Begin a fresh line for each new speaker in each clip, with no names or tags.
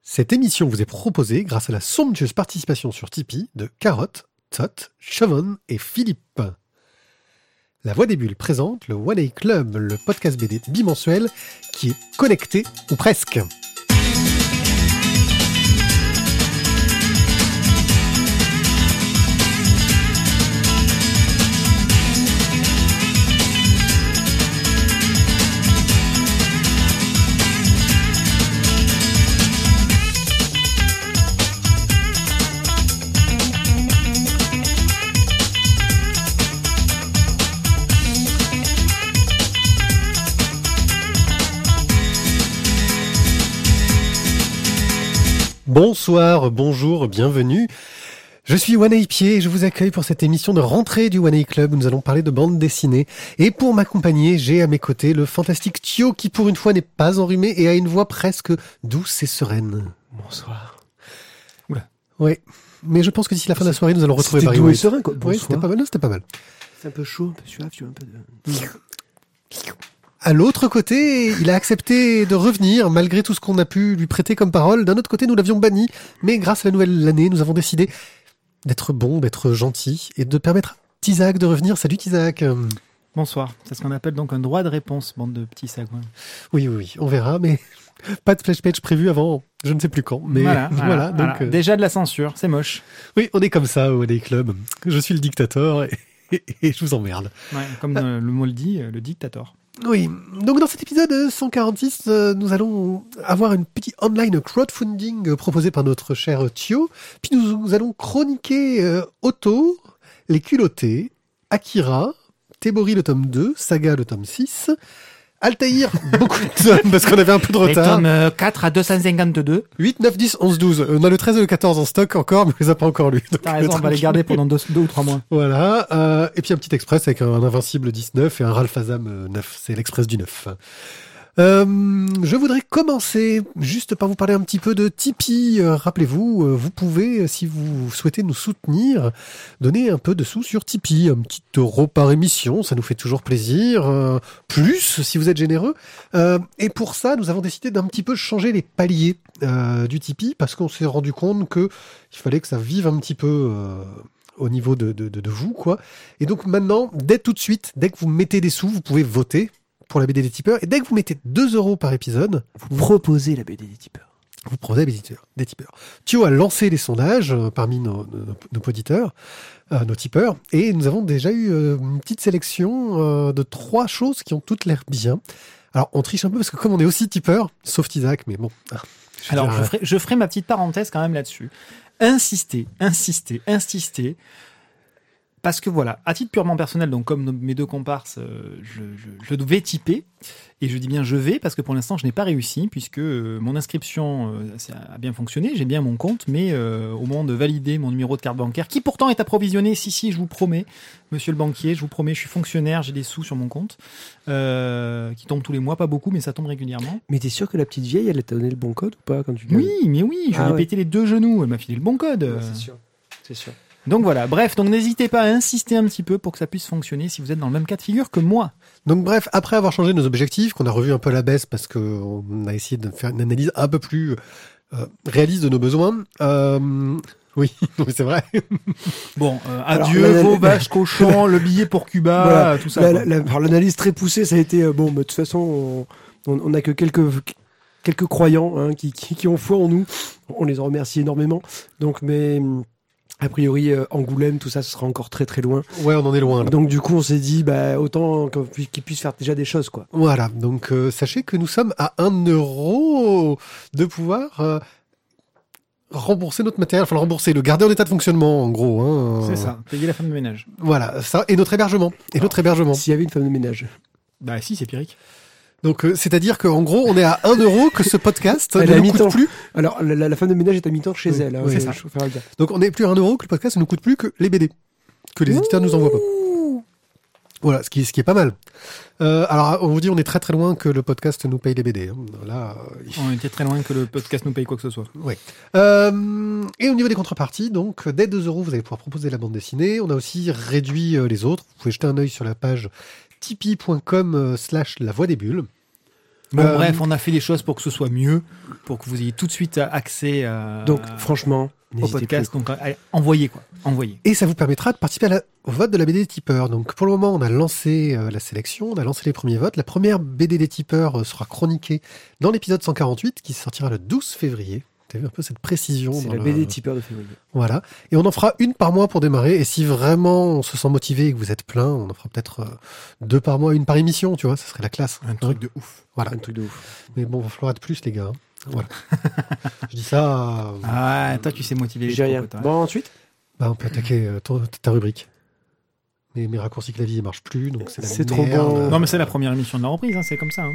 Cette émission vous est proposée grâce à la somptueuse participation sur Tipeee de Carotte, Tot, Chavon et Philippe. La Voix des Bulles présente le One A Club, le podcast BD bimensuel qui est connecté ou presque. Bonsoir, bonjour, bienvenue. Je suis One A Pied et je vous accueille pour cette émission de rentrée du One A Club où nous allons parler de bande dessinée. Et pour m'accompagner, j'ai à mes côtés le fantastique Thio qui pour une fois n'est pas enrhumé et a une voix presque douce et sereine.
Bonsoir.
Oula. Oui, mais je pense que d'ici la fin de la soirée, nous allons retrouver Barry
White.
White.
C'était doux et serein, quoi.
Oui, c'était pas mal, non, c'était pas mal.
C'est un peu chaud, un peu suave, tu vois, un peu de...
À l'autre côté, il a accepté de revenir, malgré tout ce qu'on a pu lui prêter comme parole. D'un autre côté, nous l'avions banni, mais grâce à la nouvelle année, nous avons décidé d'être bon, d'être gentil, et de permettre à Tizak de revenir. Salut Tizak.
Bonsoir, c'est ce qu'on appelle donc un droit de réponse, bande de petits sagouins.
Oui, on verra, mais pas de flash page prévu avant je ne sais plus quand. Mais voilà. Donc,
Déjà de la censure, c'est moche.
Oui, on est comme ça au One A Club. Je suis le dictateur et je vous emmerde.
Ouais, comme le mot le dit, le dictateur.
Oui, donc dans cet épisode 146, nous allons avoir une petite online crowdfunding proposée par notre cher Thio. Puis nous allons chroniquer Otto, Les Culottés, Akira, Tebori le tome 2, Saga le tome 6, Altaïr, beaucoup de tomes parce qu'on avait un peu de retard.
Les tomes 4 à 252.
8, 9, 10, 11, 12. On a le 13 et le 14 en stock encore, mais on les a pas encore lus.
T'as raison, on va les garder pendant 2 ou 3 mois.
Voilà. Et puis un petit express avec un Invincible 19 et un Ralph Azam 9. C'est l'express du 9. Je voudrais commencer juste par vous parler un petit peu de Tipeee. Rappelez-vous, vous pouvez, si vous souhaitez nous soutenir, donner un peu de sous sur Tipeee. Un petit euro par émission, ça nous fait toujours plaisir. Plus, si vous êtes généreux. Et pour ça, nous avons décidé d'un petit peu changer les paliers du Tipeee parce qu'on s'est rendu compte que il fallait que ça vive un petit peu au niveau de vous, quoi. Et donc maintenant, dès tout de suite, dès que vous mettez des sous, vous pouvez voter pour la BD des tipeurs, et dès que vous mettez 2 euros par épisode,
vous proposez la BD des tipeurs.
Vous proposez la BD des tipeurs. Thio a lancé les sondages parmi nos auditeurs, nos tipeurs, et nous avons déjà eu une petite sélection de 3 choses qui ont toutes l'air bien. Alors, on triche un peu parce que comme on est aussi tipeurs, sauf Tizak, mais bon.
Alors, je ferai ma petite parenthèse quand même là-dessus. Insister. Parce que voilà, à titre purement personnel, donc comme mes 2 comparses, je vais tiper. Et je dis bien je vais, parce que pour l'instant, je n'ai pas réussi, puisque mon inscription ça a bien fonctionné, j'ai bien mon compte, mais au moment de valider mon numéro de carte bancaire, qui pourtant est approvisionné, si, je vous promets, monsieur le banquier, je vous promets, je suis fonctionnaire, j'ai des sous sur mon compte, qui tombent tous les mois, pas beaucoup, mais ça tombe régulièrement.
Mais t'es sûr que la petite vieille, elle t'a donné le bon code ou pas quand tu
Oui, je lui ai pété les 2 genoux, elle m'a filé le bon code.
Ouais, c'est sûr.
Donc voilà, bref, donc n'hésitez pas à insister un petit peu pour que ça puisse fonctionner si vous êtes dans le même cas de figure que moi.
Donc bref, après avoir changé nos objectifs, qu'on a revu un peu à la baisse parce qu'on a essayé de faire une analyse un peu plus réaliste de nos besoins, oui, c'est vrai.
Bon, adieu vos vaches cochons, le billet pour Cuba, voilà, tout ça.
L'analyse très poussée, ça a été, de toute façon, on n'a que quelques croyants qui ont foi en nous. On les en remercie énormément. Donc, mais... A priori, Angoulême, tout ça, ce sera encore très très loin.
Ouais, on en est loin. Là.
Donc du coup, on s'est dit, autant qu'ils puissent faire déjà des choses, quoi.
Voilà, donc sachez que nous sommes à 1 euro de pouvoir rembourser notre matériel, enfin le garder en état de fonctionnement, en gros.
C'est ça, payer la femme de ménage.
Voilà, ça, et notre hébergement.
S'il y avait une femme de ménage.
Bah si, c'est Pierrick.
Donc, c'est-à-dire qu'en gros, on est à 1 euro que ce podcast ne nous coûte plus.
Alors, la femme de ménage est à mi-temps chez elle.
Oui, c'est ça. Donc, on est plus à 1 euro que le podcast ne nous coûte plus que les BD. Que les éditeurs nous envoient pas. Voilà, ce qui est pas mal. Alors, on vous dit, on est très très loin que le podcast nous paye les BD. Hein. Là,
on était très loin que le podcast nous paye quoi que ce soit.
Oui. Et au niveau des contreparties, donc, dès 2 euros, vous allez pouvoir proposer la bande dessinée. On a aussi réduit les autres. Vous pouvez jeter un œil sur la page tipeee.com/la voix des bulles.
Bon, bref, on a fait des choses pour que ce soit mieux, pour que vous ayez tout de suite accès
Donc, franchement,
au
n'hésitez
podcast.
plus.
Donc, allez, envoyez quoi. Envoyez.
Et ça vous permettra de participer au vote de la BD des tipeurs. Donc pour le moment, on a lancé la sélection, on a lancé les premiers votes. La première BD des tipeurs sera chroniquée dans l'épisode 148 qui sortira le 12 février. T'as vu un peu cette précision
C'est
dans
la
le-
BD tipeur de février.
Voilà. Et on en fera une par mois pour démarrer. Et si vraiment on se sent motivé et que vous êtes plein, on en fera peut-être 2 par mois, une par émission, tu vois. Ça serait la classe.
Un truc de ouf.
Voilà.
Un truc de ouf.
Mais bon, il va falloir être plus, les gars. Hein. Voilà. Je dis ça.
Ah, toi, tu sais motiver les
J'ai rien.
troupes, toi.
Bon, ensuite,
Bah, on peut attaquer ta rubrique. Mais mes raccourcis clavier ne marchent plus, donc c'est la
C'est trop
merde.
bon.
Non, mais c'est la première émission de la reprise, hein, c'est comme ça. Hein.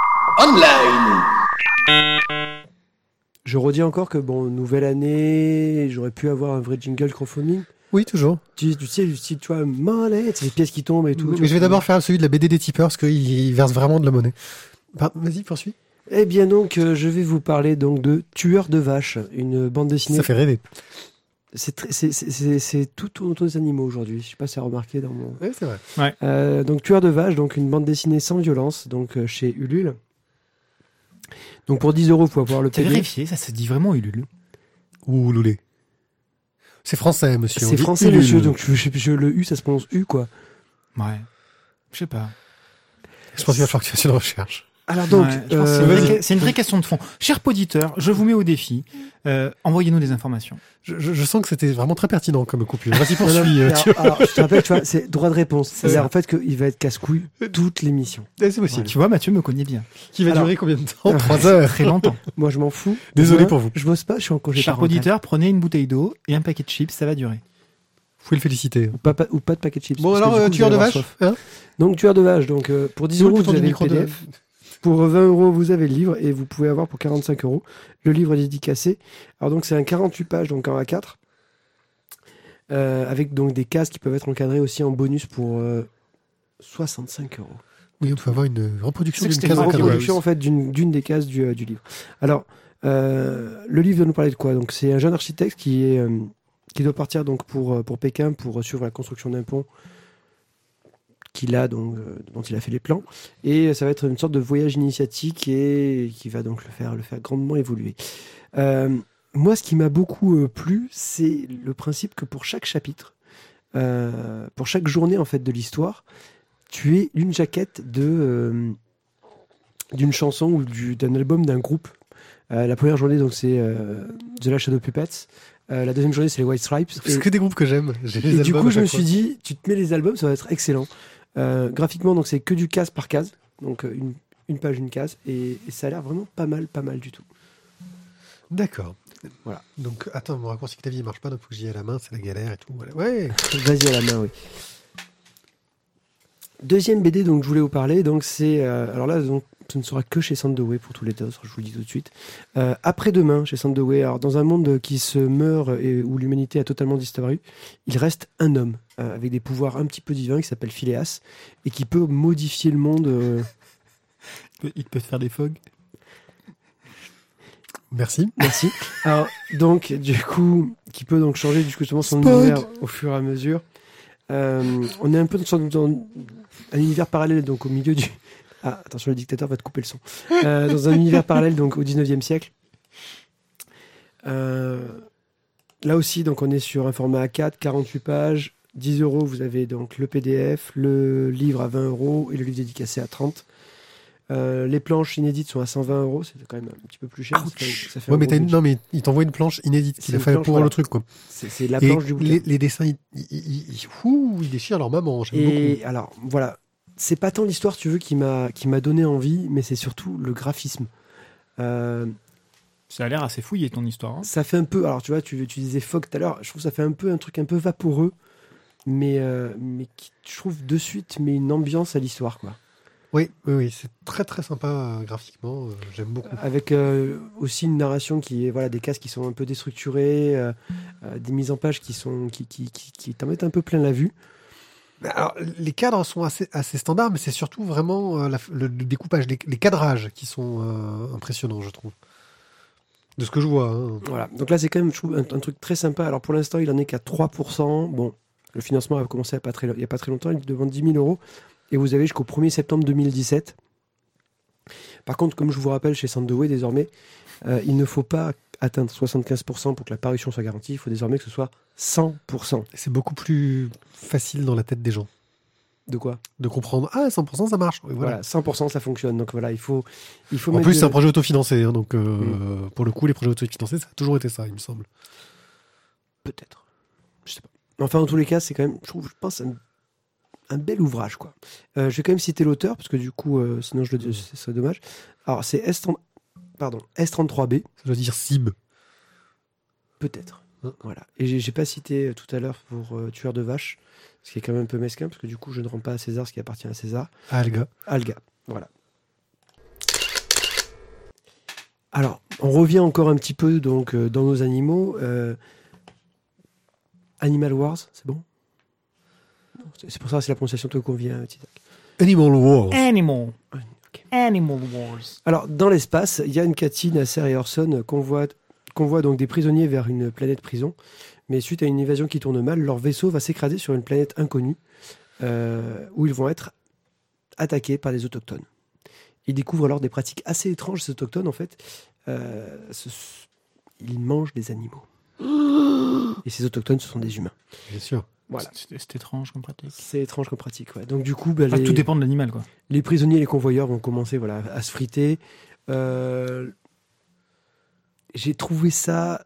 je redis encore que, bon, nouvelle année, j'aurais pu avoir un vrai jingle crowdfunding.
Oui, toujours.
Tu sais, du style, tu vois, monnaie, c'est les pièces qui tombent et tout.
Mais je vais d'abord faire celui de la BD des tipeurs parce qu'il verse vraiment de la monnaie. Vas-y, poursuis.
Eh bien, donc, je vais vous parler donc de Tueur de vaches, une bande dessinée.
Ça fait rêver.
C'est tout autour des animaux aujourd'hui. Je sais pas si tu as remarqué dans mon.
Oui, c'est vrai.
Donc Tueur de vaches, donc une bande dessinée sans violence, donc chez Ulule. Donc pour 10 €, vous pouvez avoir le
T'as
PDF.
vérifié, ça se dit vraiment Ulule.
Ouh, loulé. C'est français, monsieur. on
C'est
dit
français,
Ulule.
monsieur. Donc le U, ça se prononce U, quoi.
Ouais. Je sais pas.
Je pense qu'il va falloir que tu fasses une recherche.
Alors donc,
Ouais, je pense que c'est une vraie question de fond. Cher poditeur, je vous mets au défi. Envoyez-nous des informations.
Je sens que c'était vraiment très pertinent comme coupure. Vas-y,
non,
poursuis.
alors, je te rappelle, tu vois, c'est droit de réponse.
C'est
C'est-à-dire
ça.
en fait qu'il va être casse-couille toute l'émission.
C'est possible.
Tu vois, Mathieu me connaît bien.
Qui va
Alors-
durer combien de temps 3 heures.
Très longtemps.
Moi, je m'en fous.
Désolé
Moi,
pour vous.
Je bosse pas, je suis en congé
Cher
parental.
poditeur, prenez une bouteille d'eau et un paquet de chips, ça va durer.
Faut le féliciter.
Ou pas de paquet de chips.
Bon,
parce que
alors,
du coup,
tueur
vous
de
allez avoir
vache.
soif.
Hein
Donc, Tueur de vache. Donc, pour 10
Où
€,
le bouton
vous
du
avez le
micro de-
PDF. Pour 20 € vous avez le livre et vous pouvez avoir pour 45 € le livre dédicacé. Alors donc c'est un 48 pages donc en A4 avec donc des cases qui peuvent être encadrées aussi en bonus pour 65 €.
Oui, on doit avoir une reproduction
C'est que
d'une
c'était
case
une
en cadre.
Reproduction en fait d'une des cases du livre. Alors le livre doit nous parler de quoi? Donc c'est un jeune architecte qui doit partir donc pour Pékin pour suivre la construction d'un pont qu'il a donc dont il a fait les plans, et ça va être une sorte de voyage initiatique et qui va donc le faire grandement évoluer. Moi, ce qui m'a beaucoup plu, c'est le principe que pour chaque chapitre, pour chaque journée en fait de l'histoire, tu es une jaquette d'une chanson ou d'un album d'un groupe. La première journée donc c'est The Last Shadow Puppets. La deuxième journée c'est les White Stripes.
C'est que des groupes que j'aime. J'ai les
Et du
albums
coup,
à
je me
chaque
suis dit, tu te mets les albums, ça va être excellent. Graphiquement, donc c'est que du case par case, donc une page, une case, et ça a l'air vraiment pas mal du tout.
fois. D'accord.
Voilà.
Donc, attends, mon raccourci clavier marche pas, donc faut que j'y aille à la main, c'est la galère et tout. Voilà. Ouais.
Vas-y à la main, oui. Deuxième BD, donc je voulais vous parler, donc c'est alors là, donc ce ne sera que chez Sandoway pour tous les autres, je vous le dis tout de suite. Après-demain chez Sandoway, alors dans un monde qui se meurt et où l'humanité a totalement disparu, il reste un homme avec des pouvoirs un petit peu divins qui s'appelle Phileas et qui peut modifier le monde.
Il peut te faire des fogs.
Merci.
Merci. Alors, donc, du coup, qui peut donc changer justement son
Spot.
univers au fur et à mesure. On est un peu dans un univers parallèle, donc au milieu du. Ah, attention, le dictateur va te couper le son. Dans un univers parallèle, donc au 19e siècle. Là aussi, donc, on est sur un format A4, 48 pages, 10 €. Vous avez donc le PDF, le livre à 20 € et le livre dédicacé à 30. Les planches inédites sont à 120 €, c'est quand même un petit peu plus cher. Ça fait
Ouais,
un
mais
gros budget.
non, mais il t'envoie une planche inédite
C'est
qu'il a
une
fait
planche,
pour
voilà.
le truc, quoi.
C'est la
Et
planche du bouquin.
les dessins, ils déchirent leur maman. J'aime
Et alors, voilà, c'est pas tant l'histoire, tu veux, qui m'a donné envie, mais c'est surtout le graphisme.
Ça a l'air assez fouillé ton histoire. Hein.
Ça fait un peu, alors tu vois, tu disais Fog tout à l'heure, je trouve que ça fait un peu un truc un peu vaporeux, mais qui, je trouve, de suite, met une ambiance à l'histoire, quoi.
beaucoup. Oui, c'est très très sympa graphiquement. J'aime beaucoup.
Avec aussi une narration qui est, voilà, des cases qui sont un peu déstructurées, des mises en page qui t'en mettent un peu plein la vue.
Alors, les cadres sont assez standards, mais c'est surtout vraiment le découpage, les cadrages qui sont impressionnants, je trouve. De ce que je vois. Hein.
Voilà, donc là c'est quand même, je trouve, un truc très sympa. Alors pour l'instant, il en est qu'à 3%. Bon, le financement a commencé il n'y a pas très longtemps, il demande 10 000 €. Et vous avez jusqu'au 1er septembre 2017 Par contre, comme je vous rappelle, chez Sandoway, désormais, il ne faut pas atteindre 75% pour que la parution soit garantie. Il faut désormais que ce soit 100%.
C'est beaucoup plus facile dans la tête des gens
De quoi ?
de comprendre. Ah, 100%, ça marche. Oui,
Voilà, 100% ça fonctionne. Donc voilà, il faut
En
mettre
plus,
de-
c'est un projet autofinancé. Hein, donc, pour le coup, les projets autofinancés, ça a toujours été ça, il me semble.
Peut-être. Je sais pas. Enfin, en tous les cas, c'est quand même, je pense, un bel ouvrage, quoi. Je vais quand même citer l'auteur, parce que du coup, sinon ce serait dommage. Alors, c'est S33B,
Ça doit dire CIB.
peut-être.
Hein.
Voilà. Et j'ai pas cité tout à l'heure pour Tueur de vaches, ce qui est quand même un peu mesquin, parce que du coup, je ne rends pas à César ce qui appartient à César.
Alga.
Alga. Voilà. Alors, on revient encore un petit peu donc dans nos animaux. Animal Wars, c'est bon ? Non, c'est pour ça que c'est la prononciation te convient, Tizak.
Animal War.
Animal.
Ok.
Animal Wars.
Alors, dans l'espace, Ian, Katyn, Nasser et Orson convoient donc des prisonniers vers une planète prison. Mais suite à une évasion qui tourne mal, leur vaisseau va s'écraser sur une planète inconnue où ils vont être attaqués par des autochtones. Ils découvrent alors des pratiques assez étranges, ces autochtones, en fait. Ils mangent des animaux. Et ces autochtones, ce sont des humains.
Bien sûr.
Voilà.
C'est étrange comme pratique.
C'est étrange comme pratique, ouais. Donc du coup, bah,
Tout dépend de l'animal, quoi.
les prisonniers et les convoyeurs vont commencer à se friter. J'ai trouvé ça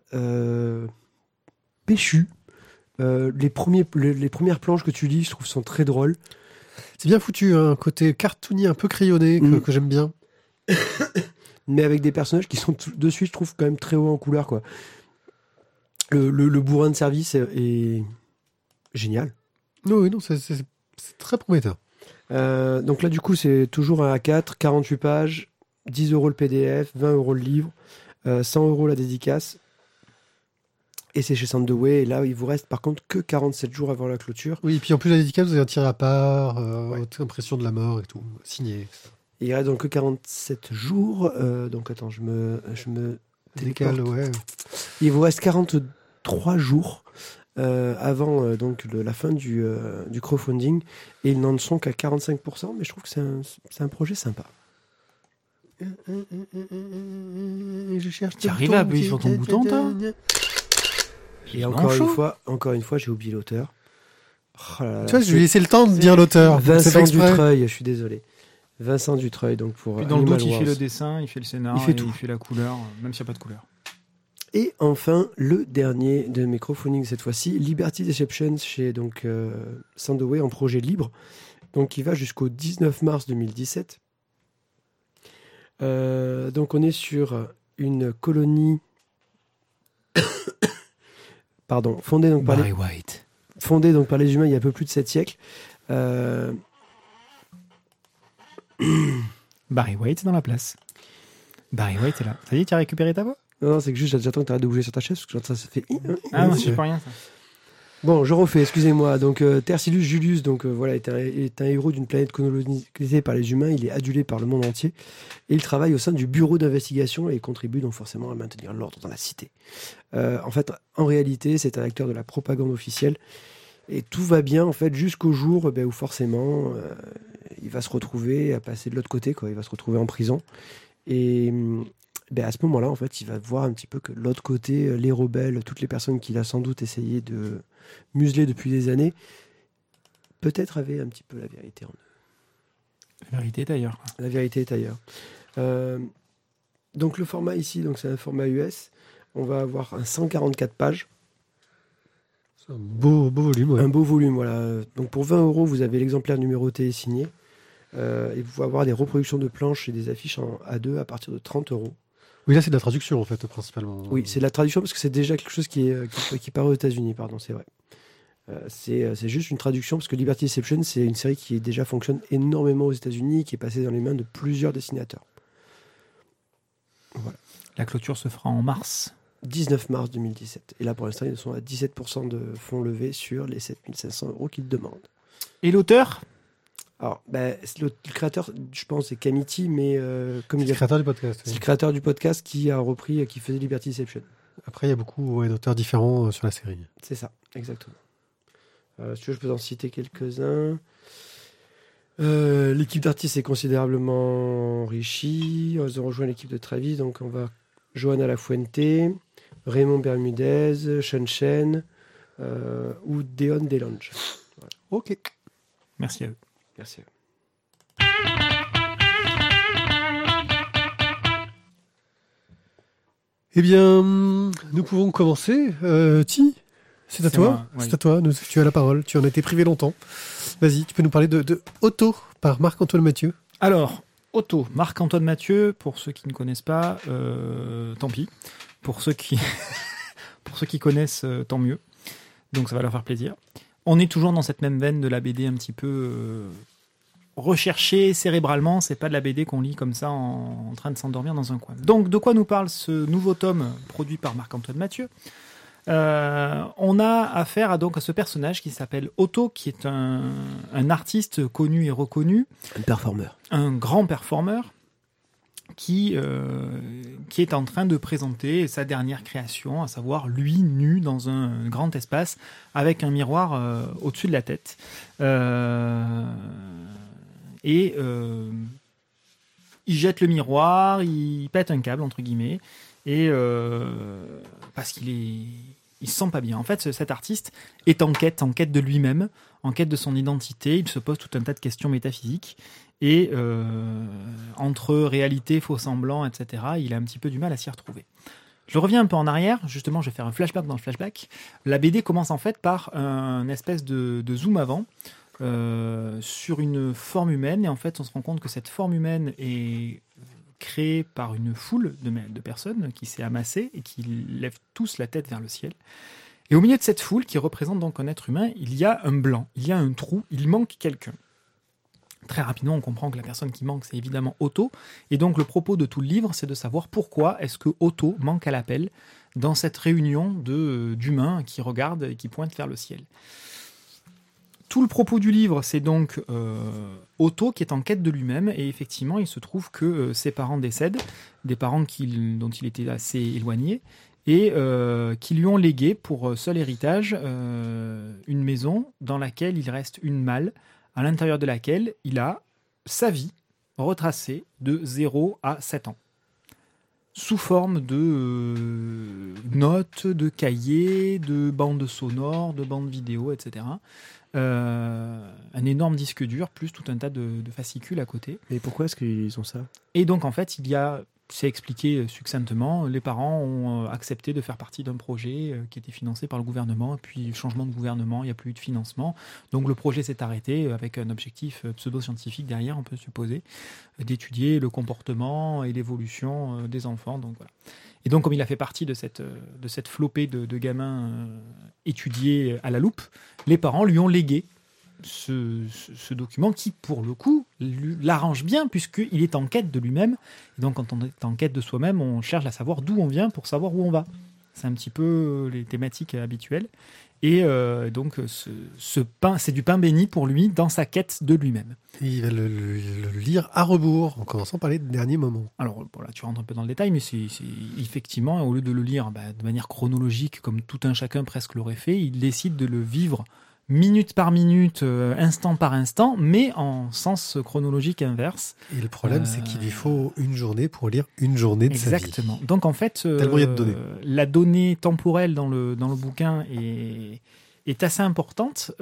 péchu. Les premières planches que tu lis, je trouve, sont très drôles.
C'est bien foutu, un côté cartoony un peu crayonné que j'aime bien.
Mais avec des personnages qui sont de suite, je trouve, quand même très haut en couleur, quoi. Le bourrin de service est génial.
Oui, non, c'est très prometteur.
Donc là, du coup, c'est toujours un A4, 48 pages, 10 € le PDF, 20 € le livre, 100 € la dédicace. Et c'est chez Sandoway. Et là, il vous reste par contre que 47 jours avant la clôture.
Oui, et puis en plus, la dédicace, vous avez un tir à part, impression de la mort et tout, signé.
Et il reste donc que 47 jours. Donc attends, je me
Décale,
téléporte.
ouais.
Il vous reste 43 jours avant donc la fin du crowdfunding. Et ils n'en sont qu'à 45%. Mais je trouve que c'est un projet sympa.
Je cherche.
Tu arrives à appuyer sur ton bouton, toi ?
Et encore une fois, j'ai oublié l'auteur. Oh là là,
Tu vois, je lui ai laissé le temps de dire l'auteur. C'est
Vincent
fait exprès.
Dutreuil, je suis désolé. Vincent Dutreuil, donc pour
Puis dans le
Animal
doute, il
Wars.
fait le dessin, il fait le scénar,
Il fait
et
tout.
il fait la couleur, même s'il n'y a pas de couleur.
Et enfin, le dernier de mes crowdfunding cette fois-ci, Liberty Deception chez donc Sandoway en projet libre, donc qui va jusqu'au 19 mars 2017. Donc on est sur une colonie, pardon, fondée donc par
White.
les humains il y a un peu plus de 7 siècles.
Barry White est dans la place. Barry White est là. Ça y est, tu as récupéré ta voix ?
Non, c'est que juste j'attends que tu arrêtes de bouger sur ta chaise parce que ça fait.
Ah non, c'est pas rien ça.
Bon, je refais, excusez-moi. Donc, Tercillus Julius voilà, est un héros d'une planète colonisée par les humains. Il est adulé par le monde entier. Et il travaille au sein du bureau d'investigation et contribue donc forcément à maintenir l'ordre dans la cité. En fait, en réalité, c'est un acteur de la propagande officielle. Et tout va bien, en fait, jusqu'au jour où forcément, il va se retrouver à passer de l'autre côté, quoi. Il va se retrouver en prison. Et à ce moment-là, en fait, il va voir un petit peu que de l'autre côté, les rebelles, toutes les personnes qu'il a sans doute essayé de museler depuis des années, peut-être avaient un petit peu la vérité en eux.
La vérité est ailleurs.
La vérité est ailleurs. Donc le format ici, donc c'est un format US. On va avoir un 144 pages.
C'est un beau volume, ouais.
Un beau volume, voilà. Donc pour 20 €, vous avez l'exemplaire numéroté et signé. Et vous pouvez avoir des reproductions de planches et des affiches en A2 à partir de 30 €.
Oui, là, c'est de la traduction, en fait, principalement.
Oui, c'est de la traduction parce que c'est déjà quelque chose qui paraît aux États-Unis, pardon, c'est vrai. C'est juste une traduction parce que Liberty Deception, c'est une série qui déjà fonctionne énormément aux États-Unis, qui est passée dans les mains de plusieurs dessinateurs. Voilà.
La clôture se fera en mars.
19 mars 2017. Et là, pour l'instant, ils sont à 17% de fonds levés sur les 7500 € qu'ils demandent.
Et l'auteur ?
Alors, le créateur, je pense, c'est Kamiti, mais comme
C'est
il
le
a
créateur du podcast.
c'est
Oui.
le créateur du podcast qui a repris, qui faisait Liberty Deception.
Après, il y a beaucoup d'auteurs différents sur la série.
C'est ça, exactement. Si tu veux, je peux en citer quelques-uns. L'équipe d'artistes est considérablement enrichie. On rejoint l'équipe de Travis, donc on va Johanna Lafuente, Raymond Bermudez, Shen Shen ou Deon Delange. Voilà.
Ok.
Merci à eux.
Merci.
Eh bien, nous pouvons commencer. C'est à
C'est
toi.
moi, oui.
C'est à toi. Tu as la parole. Tu en as été privé longtemps. Vas-y, tu peux nous parler de Otto par Marc-Antoine Mathieu.
Alors, Otto, Marc-Antoine Mathieu, pour ceux qui ne connaissent pas, tant pis. Pour ceux qui, pour ceux qui connaissent, tant mieux. Donc ça va leur faire plaisir. On est toujours dans cette même veine de la BD un petit peu recherchée cérébralement. C'est pas de la BD qu'on lit comme ça en train de s'endormir dans un coin. Donc de quoi nous parle ce nouveau tome produit par Marc-Antoine Mathieu ? On a affaire à ce personnage qui s'appelle Otto, qui est un artiste connu et reconnu,
Un performeur.
un grand performeur qui est en train de présenter sa dernière création, à savoir lui nu dans un grand espace avec un miroir au-dessus de la tête. Il jette le miroir, il pète un câble entre guillemets, et parce qu'il se sent pas bien. En fait, cet artiste est en quête de lui-même, en quête de son identité. Il se pose tout un tas de questions métaphysiques. Et entre réalité, faux semblant, etc., il a un petit peu du mal à s'y retrouver. Je reviens un peu en arrière. Justement, je vais faire un flashback dans le flashback. La BD commence en fait par un espèce de zoom avant sur une forme humaine. Et en fait, on se rend compte que cette forme humaine est créée par une foule de personnes qui s'est amassée et qui lèvent tous la tête vers le ciel. Et au milieu de cette foule, qui représente donc un être humain, il y a un blanc, il y a un trou, il manque quelqu'un. Très rapidement, on comprend que la personne qui manque, c'est évidemment Otto. Et donc, le propos de tout le livre, c'est de savoir pourquoi est-ce que Otto manque à l'appel dans cette réunion d'humains qui regardent et qui pointent vers le ciel. Tout le propos du livre, c'est donc Otto qui est en quête de lui-même. Et effectivement, il se trouve que ses parents décèdent, des parents dont il était assez éloigné, et qui lui ont légué pour seul héritage une maison dans laquelle il reste une malle, à l'intérieur de laquelle il a sa vie retracée de 0 à 7 ans. Sous forme de notes, de cahiers, de bandes sonores, de bandes vidéo, etc. Un énorme disque dur, plus tout un tas de fascicules à côté.
Mais pourquoi est-ce qu'ils ont ça ?
Et donc, en fait, c'est expliqué succinctement, les parents ont accepté de faire partie d'un projet qui était financé par le gouvernement, et puis changement de gouvernement, il n'y a plus eu de financement, donc le projet s'est arrêté avec un objectif pseudo-scientifique derrière, on peut supposer, d'étudier le comportement et l'évolution des enfants, donc voilà. Et donc comme il a fait partie de cette flopée de gamins étudiés à la loupe, les parents lui ont légué ce document qui, pour le coup, l'arrange bien puisqu'il est en quête de lui-même. Et donc, quand on est en quête de soi-même, on cherche à savoir d'où on vient pour savoir où on va. C'est un petit peu les thématiques habituelles. Et donc, c'est du pain béni pour lui dans sa quête de lui-même.
Et il va le lire à rebours, en commençant par les derniers moments.
Alors, voilà, tu rentres un peu dans le détail, mais c'est effectivement, au lieu de le lire de manière chronologique, comme tout un chacun presque l'aurait fait, il décide de le vivre minute par minute, instant par instant, mais en sens chronologique inverse.
Et le problème, c'est qu'il lui faut une journée pour lire une journée de sa vie.
Exactement. Donc en fait,
Tellement il y a de données.
La donnée temporelle dans le bouquin est assez importante.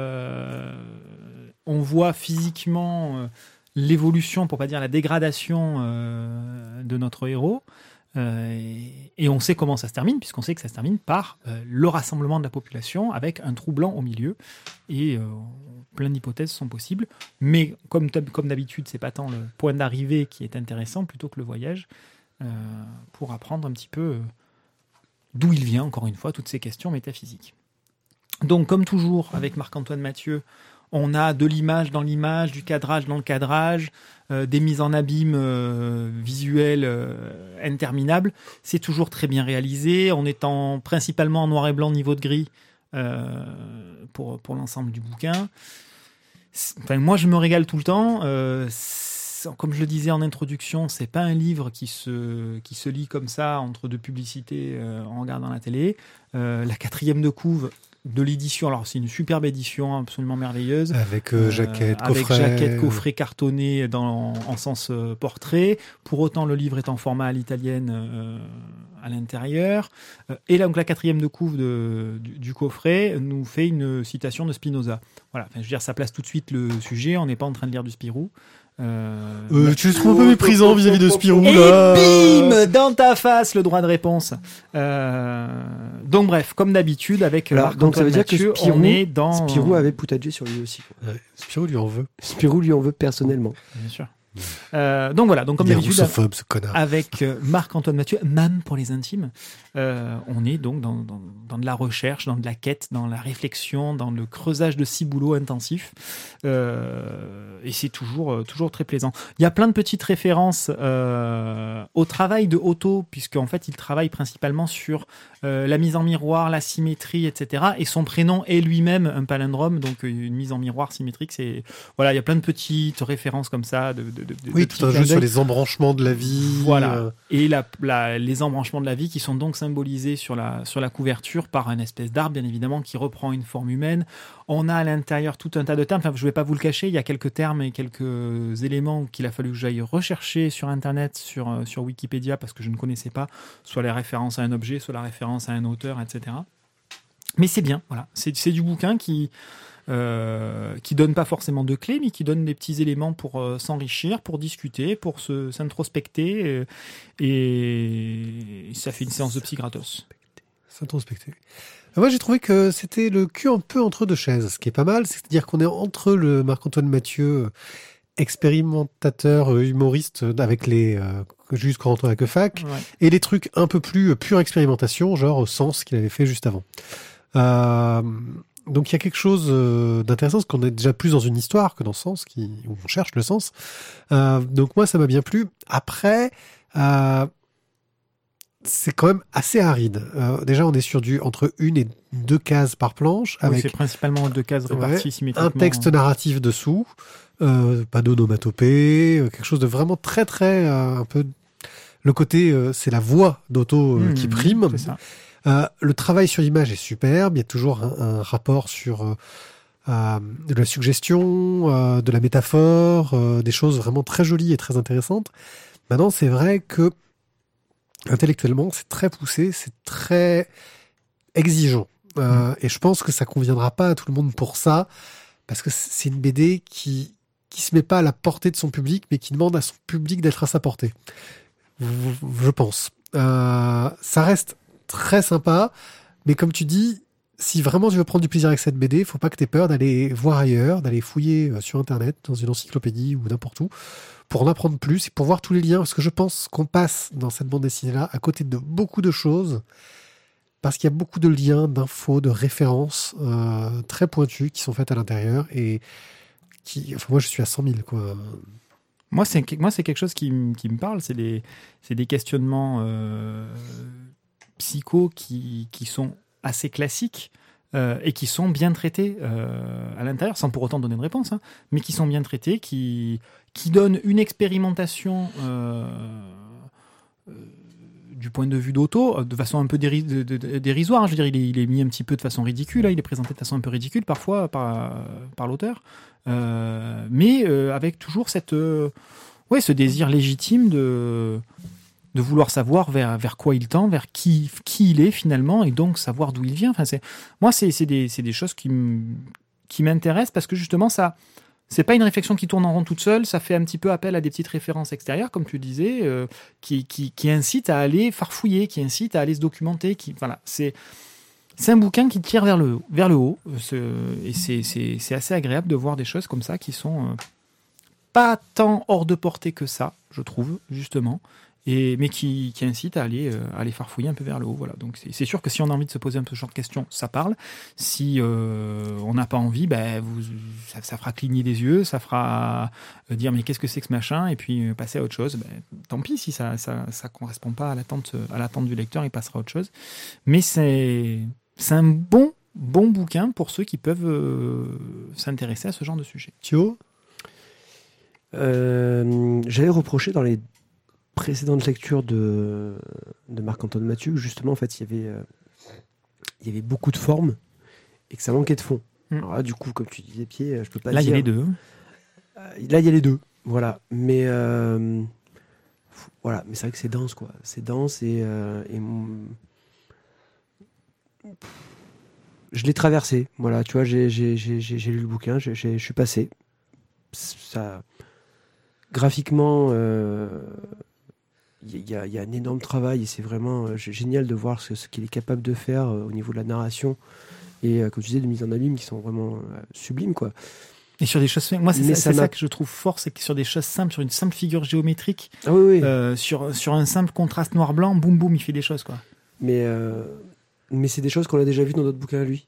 On voit physiquement l'évolution, pour pas dire la dégradation de notre héros. Et on sait comment ça se termine, puisqu'on sait que ça se termine par le rassemblement de la population avec un trou blanc au milieu. Et plein d'hypothèses sont possibles. Mais comme d'habitude, c'est pas tant le point d'arrivée qui est intéressant plutôt que le voyage, pour apprendre un petit peu d'où il vient, encore une fois, toutes ces questions métaphysiques. Donc, comme toujours, avec Marc-Antoine Mathieu, on a de l'image dans l'image, du cadrage dans le cadrage, des mises en abîme visuelles interminables. C'est toujours très bien réalisé, en étant principalement en noir et blanc, niveau de gris, pour l'ensemble du bouquin. Enfin, moi, je me régale tout le temps. comme je le disais en introduction, c'est pas un livre qui se lit comme ça entre deux publicités en regardant la télé. La 4e de couve de l'édition, alors c'est une superbe édition absolument merveilleuse.
Avec jaquette, coffret.
Avec jaquette, coffret cartonné en sens portrait. Pour autant, le livre est en format à l'italienne à l'intérieur. Et là, donc, la 4e de couve du coffret nous fait une citation de Spinoza. Voilà, enfin, je veux dire, ça place tout de suite le sujet. On n'est pas en train de lire du Spirou.
Tu le trouves un peu méprisant vis-à-vis de Spirou,
et
là.
bim, dans ta face, le droit de réponse. Donc bref, comme d'habitude, avec
donc ça veut dire
Mathieu,
que Spirou,
on est dans...
Spirou avait poutager sur lui aussi. Quoi.
Ouais, Spirou lui en veut.
Spirou lui en veut personnellement.
Bien sûr. Donc voilà, donc comme
Il est
d'habitude,
russophobe, ce connard.
avec Marc-Antoine Mathieu, MAM pour les intimes, on est donc dans de la recherche, dans de la quête, dans la réflexion, dans le creusage de ciboulots intensifs. Et c'est toujours très plaisant. Il y a plein de petites références au travail de Otto, puisqu'en fait, il travaille principalement sur la mise en miroir, la symétrie, etc. Et son prénom est lui-même un palindrome, donc une mise en miroir symétrique. Voilà, il y a plein de petites références comme ça,
oui, tout un jeu sur les embranchements de la vie.
Voilà. Et les embranchements de la vie qui sont donc symbolisés sur la couverture par une espèce d'arbre, bien évidemment, qui reprend une forme humaine. On a à l'intérieur tout un tas de termes. Enfin, je ne vais pas vous le cacher, il y a quelques termes et quelques éléments qu'il a fallu que j'aille rechercher sur Internet, sur Wikipédia, parce que je ne connaissais pas, soit les références à un objet, soit la référence à un auteur, etc. Mais c'est bien, voilà. C'est du bouquin qui donne pas forcément de clés, mais qui donne des petits éléments pour s'enrichir, pour discuter, pour s'introspecter, et ça fait une séance de psy gratos.
S'introspecter. Moi, j'ai trouvé que c'était le cul un peu entre deux chaises, ce qui est pas mal, c'est-à-dire qu'on est entre le Marc-Antoine Mathieu, expérimentateur, humoriste, avec les juste quand on rentrait à Quefac,
Ouais.
et les trucs un peu plus pure expérimentation, genre Sens qu'il avait fait juste avant. Donc il y a quelque chose d'intéressant, parce qu'on est déjà plus dans une histoire que dans Sens, où on cherche le sens. Donc moi, ça m'a bien plu. Après, c'est quand même assez aride. Déjà, on est sur entre 1 et 2 cases par planche,
Oui,
avec
c'est principalement 2 cases réparties symétriquement.
un texte narratif dessous, pas d'onomatopée, quelque chose de vraiment très très un peu. Le côté, c'est la voix d'Otto qui prime.
C'est ça.
Le travail sur l'image est superbe. Il y a toujours un rapport sur de la suggestion, de la métaphore, des choses vraiment très jolies et très intéressantes. Maintenant, c'est vrai que intellectuellement, c'est très poussé, c'est très exigeant. Et je pense que ça conviendra pas à tout le monde pour ça, parce que c'est une BD qui se met pas à la portée de son public, mais qui demande à son public d'être à sa portée. Je pense. Ça reste très sympa, mais comme tu dis, si vraiment tu veux prendre du plaisir avec cette BD, faut pas que tu aies peur d'aller voir ailleurs, d'aller fouiller sur Internet, dans une encyclopédie ou n'importe où, pour en apprendre plus et pour voir tous les liens, parce que je pense qu'on passe dans cette bande dessinée-là à côté de beaucoup de choses, parce qu'il y a beaucoup de liens, d'infos, de références très pointues qui sont faites à l'intérieur et enfin moi je suis à 100 000 quoi.
Moi, c'est quelque chose qui me parle. C'est des questionnements psycho qui sont assez classiques et qui sont bien traités à l'intérieur, sans pour autant donner de réponse, hein, mais qui sont bien traités, qui donnent une expérimentation du point de vue d'Otto, de façon un peu dérisoire. Je veux dire, il est mis un petit peu de façon ridicule, hein, il est présenté de façon un peu ridicule parfois par l'auteur, mais avec toujours ce désir légitime de vouloir savoir vers quoi il tend, vers qui il est finalement, et donc savoir d'où il vient. Enfin, c'est des choses qui m'intéressent, parce que justement, ça, c'est pas une réflexion qui tourne en rond toute seule, ça fait un petit peu appel à des petites références extérieures, comme tu disais, qui incitent à aller farfouiller, qui incitent à aller se documenter. Voilà, c'est un bouquin qui tire vers le haut, et c'est assez agréable de voir des choses comme ça qui sont pas tant hors de portée que ça, je trouve, justement, mais qui incite à aller farfouiller un peu vers le haut. Voilà. Donc c'est sûr que si on a envie de se poser un peu ce genre de questions, ça parle. Si on n'a pas envie, ça fera cligner des yeux, ça fera dire mais qu'est-ce que c'est que ce machin, et puis passer à autre chose. Tant pis si ça correspond pas à l'attente du lecteur, il passera à autre chose. Mais c'est un bon bouquin pour ceux qui peuvent s'intéresser à ce genre de sujet.
Thio ?
J'avais reproché dans les précédentes lectures de Marc-Antoine Mathieu que justement, en fait, il y avait beaucoup de formes et que ça manquait de fond. Alors là, du coup, comme tu disais, Pied, je peux pas
Là, il
dire...
y a les deux.
Là, il y a les deux. Voilà. Mais voilà. Mais c'est vrai que c'est dense, quoi. C'est dense je l'ai traversé. Voilà. Tu vois, j'ai lu le bouquin. Je suis passé. Ça, graphiquement, il y a un énorme travail et c'est vraiment génial de voir ce qu'il est capable de faire au niveau de la narration et, comme tu disais, de mise en abîme qui sont vraiment sublimes, quoi.
Et sur des choses, moi c'est
Mais
ça que je trouve fort, c'est que sur des choses simples, sur une simple figure géométrique,
Ah oui, oui.
sur un simple contraste noir-blanc, boum boum, il fait des choses, quoi.
Mais c'est des choses qu'on a déjà vues dans d'autres bouquins à lui.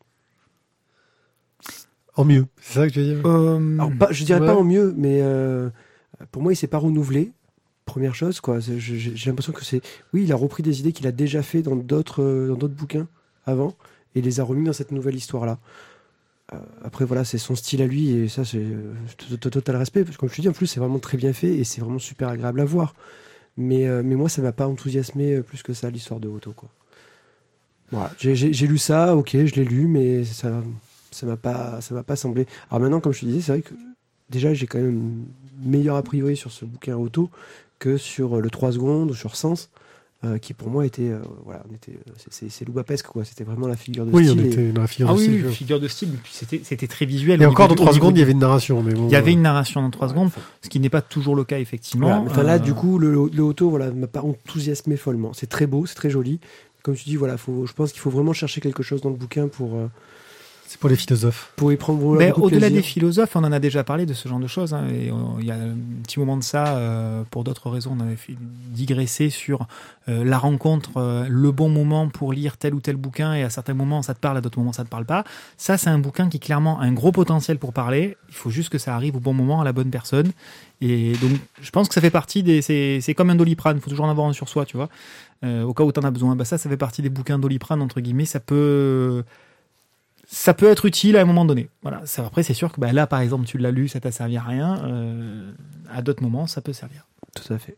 En mieux, c'est ça que tu veux dire?
Alors, je dirais
Ouais.
pas en mieux, mais pour moi, il s'est pas renouvelé. Première chose, quoi. J'ai l'impression que c'est... Oui, il a repris des idées qu'il a déjà fait dans d'autres bouquins avant et les a remis dans cette nouvelle histoire-là. Après, voilà, c'est son style à lui et ça, c'est total respect. Parce que comme je te dis, en plus, c'est vraiment très bien fait et c'est vraiment super agréable à voir. Mais moi, ça m'a pas enthousiasmé plus que ça, l'histoire de Otto, quoi. Voilà, j'ai lu ça, ok, je l'ai lu, mais ça m'a pas semblé. Alors maintenant, comme je te disais, c'est vrai que déjà, j'ai quand même meilleur a priori sur ce bouquin Otto que sur le 3 secondes ou sur Sens, qui pour moi était, c'est loubapesque, quoi. C'était vraiment la figure de
Oui,
style.
on était dans la figure
Ah
de
oui,
style.
figure de style, puis c'était très visuel.
Et
au
encore,
niveau
dans 3
au niveau
secondes, il y avait une narration. Mais bon,
Il y avait une narration dans 3 secondes, ce qui n'est pas toujours le cas, effectivement.
Voilà, mais enfin, là, du coup, le Otto, voilà, m'a pas enthousiasmé follement. C'est très beau, c'est très joli. Comme tu dis, voilà, je pense qu'il faut vraiment chercher quelque chose dans le bouquin
c'est pour les philosophes.
pour y prendre
Mais
beaucoup de
au-delà
plaisir.
des philosophes, on en a déjà parlé de ce genre de choses. Hein, et il y a un petit moment de ça, pour d'autres raisons, on avait fait digresser sur la rencontre, le bon moment pour lire tel ou tel bouquin. Et à certains moments, ça te parle, à d'autres moments, ça te parle pas. Ça, c'est un bouquin qui clairement a un gros potentiel pour parler. Il faut juste que ça arrive au bon moment, à la bonne personne. Et donc, je pense que ça fait partie c'est comme un Doliprane. Il faut toujours en avoir un sur soi, tu vois. Au cas où t'en as besoin. Bah ça fait partie des bouquins Doliprane, entre guillemets. Ça peut être utile à un moment donné. Voilà. Après, c'est sûr que là, par exemple, tu l'as lu, ça t'a servi à rien. À d'autres moments, ça peut servir.
Tout à fait.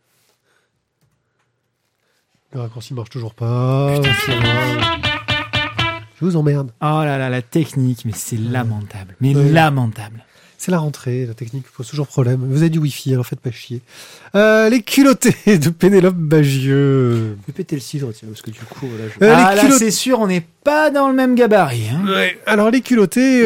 Le raccourci marche toujours pas. C'est grave. Je vous emmerde.
Oh là là, la technique, mais c'est lamentable. Mais
Ouais.
lamentable.
C'est la rentrée, la technique pose toujours problème. Vous avez du wifi, alors faites pas chier. Les culottés de Pénélope Bagieux.
Je vais péter le cidre, tiens, parce que du coup, voilà,
les
Là,
culottes-
c'est sûr, on n'est pas dans le même gabarit. Hein.
Ouais. Alors les culottés...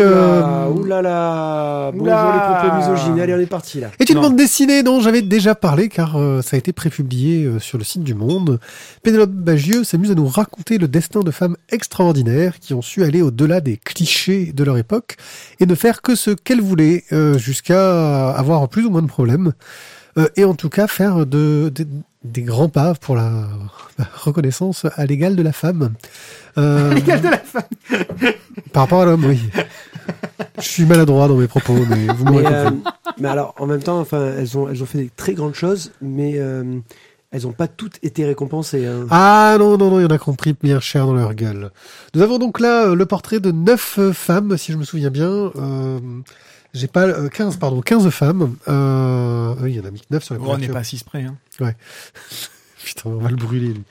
Oulala, bonjour
Oula.
les propos misogynes. Allez, on est parti, là.
est une
Non.
bande dessinée dont j'avais déjà parlé car ça a été prépublié sur le site du Monde. Pénélope Bagieux s'amuse à nous raconter le destin de femmes extraordinaires qui ont su aller au-delà des clichés de leur époque et ne faire que ce qu'elles voulaient jusqu'à avoir plus ou moins de problèmes et en tout cas faire des grands pas pour la reconnaissance à l'égal de la femme.
L'égal de la femme.
Par rapport à l'homme, oui. Je suis maladroit dans mes propos, mais vous m'aurez compris.
Mais alors, en même temps, enfin, elles ont fait des très grandes choses, mais elles n'ont pas toutes été récompensées. Hein.
Ah non, il y en a compris bien cher dans leur gueule. Nous avons donc là le portrait de 9 femmes, si je me souviens bien. J'ai pas 15 femmes. Oui, il y en a mis que 9 sur les
Oh, on n'est
couvertures.
pas à 6 près. Hein.
Putain, on va le brûler, lui.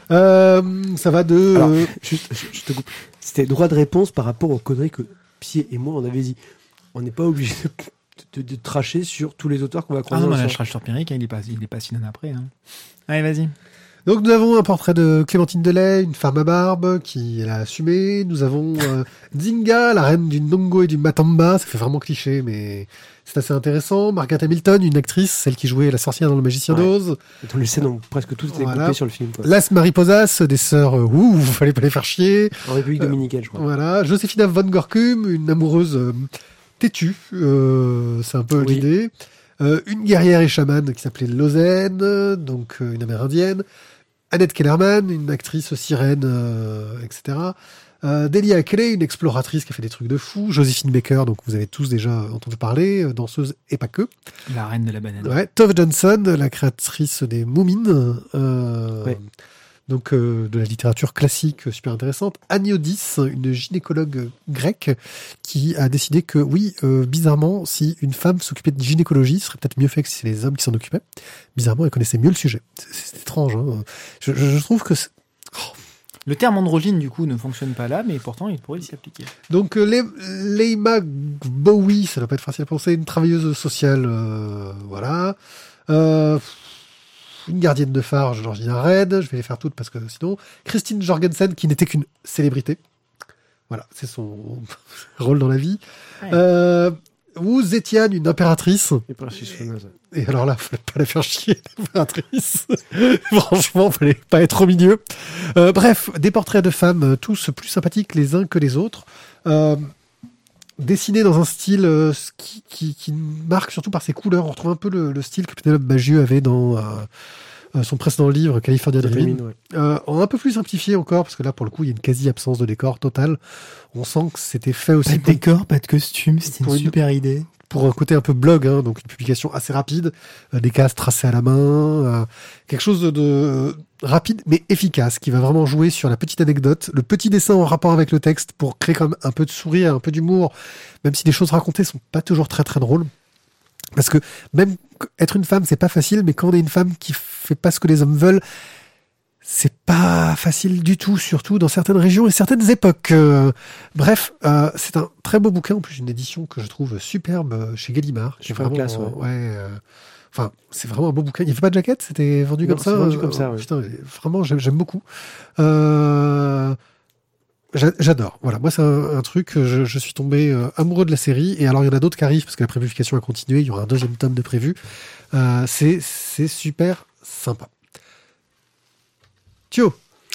Ça va de...
Alors, je te coupe. C'était droit de réponse par rapport aux conneries que Pied et moi, on avait dit. On n'est pas obligé de tracher sur tous les auteurs qu'on va
Ah
croiser.
non, mais
ensemble.
la Crash sur Pierrick, il est pas si nan après. Hein. Allez, vas-y.
Donc nous avons un portrait de Clémentine Delay, une femme à barbe qui l'a assumé. Nous avons Dinga, la reine du Ndongo et du Matamba. Ça fait vraiment cliché, mais c'est assez intéressant. Margaret Hamilton, une actrice, celle qui jouait la sorcière dans Le Magicien
Ouais.
d'Oz.
Dans les scènes ont presque toutes été
Voilà.
coupées sur le film. Quoi.
Las Mariposas, des sœurs fallait pas les faire chier.
En République dominicaine, je crois.
Voilà. Joséphina von Gorkum, une amoureuse têtue. C'est un peu
Oui.
l'idée. Une guerrière et chamane qui s'appelait Lozène, donc une amérindienne. Annette Kellerman, une actrice sirène, etc. Delia Kelly, une exploratrice qui a fait des trucs de fou. Joséphine Baker, donc vous avez tous déjà entendu parler, danseuse et pas que.
La reine de la banane.
Ouais. Tove Johnson, la créatrice des Moumines.
Ouais.
donc de la littérature classique super intéressante. Aniodis, une gynécologue grecque qui a décidé que oui, bizarrement, si une femme s'occupait de gynécologie, ce serait peut-être mieux fait que si c'est les hommes qui s'en occupaient. Bizarrement, elle connaissait mieux le sujet. C'est étrange. Hein. Je trouve que
Le terme androgyne, du coup, ne fonctionne pas là, mais pourtant, il pourrait s'y appliquer.
donc Leima Bowie, ça doit pas être facile à penser, une travailleuse sociale, voilà. Une gardienne de phare, Georgina Reid, je vais les faire toutes parce que sinon. Christine Jorgensen, qui n'était qu'une célébrité. Voilà, c'est son rôle dans la vie.
Ouais.
Wu Zetian, une impératrice.
Et
Et alors là, fallait pas la faire chier, l'impératrice. Franchement, fallait pas être au milieu. Bref, des portraits de femmes, tous plus sympathiques les uns que les autres. Dessinés dans un style qui marque surtout par ses couleurs. On retrouve un peu le style que Pénélope Bagieux avait dans son précédent livre, California Dreaming. Un peu plus simplifié encore, parce que là, pour le coup, il y a une quasi-absence de décor totale. On sent que c'était fait aussi
Pas de décor, pas de costume, c'était une super idée.
pour un côté un peu blog, hein, donc une publication assez rapide, des cases tracées à la main, quelque chose de rapide mais efficace, qui va vraiment jouer sur la petite anecdote, le petit dessin en rapport avec le texte pour créer quand même un peu de sourire, un peu d'humour, même si les choses racontées sont pas toujours très très drôles. Parce que même être une femme, c'est pas facile, mais quand on est une femme qui fait pas ce que les hommes veulent, c'est pas facile du tout, surtout dans certaines régions et certaines époques. Bref, c'est un très beau bouquin, en plus une édition que je trouve superbe chez Gallimard. Qui est
Super
vraiment,
classe, ouais.
Enfin, c'est vraiment un beau bouquin. Il n'y avait pas de jaquette, c'était vendu
Non,
comme ça.
c'est vendu comme ça, ouais.
Putain, vraiment, j'aime beaucoup. J'adore. Voilà, moi c'est un truc, je suis tombé amoureux de la série. Et alors il y en a d'autres qui arrivent parce que la prépublication a continué. Il y aura un deuxième tome de prévu. C'est super sympa. Thio.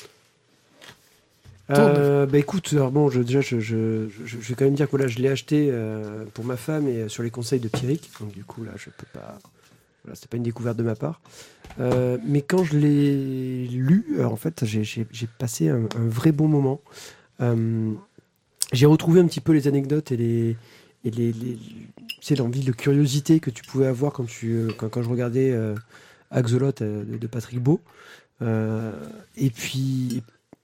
Bah écoute, alors bon, déjà, je vais quand même dire que voilà, je l'ai acheté pour ma femme et sur les conseils de Pierrick. Donc du coup, là, je peux pas. Voilà, c'était pas une découverte de ma part. Mais quand je l'ai lu, en fait, j'ai passé un vrai bon moment. J'ai retrouvé un petit peu les anecdotes et tu sais, l'envie de curiosité que tu pouvais avoir quand je regardais Axolot de Patrick Beau. Et puis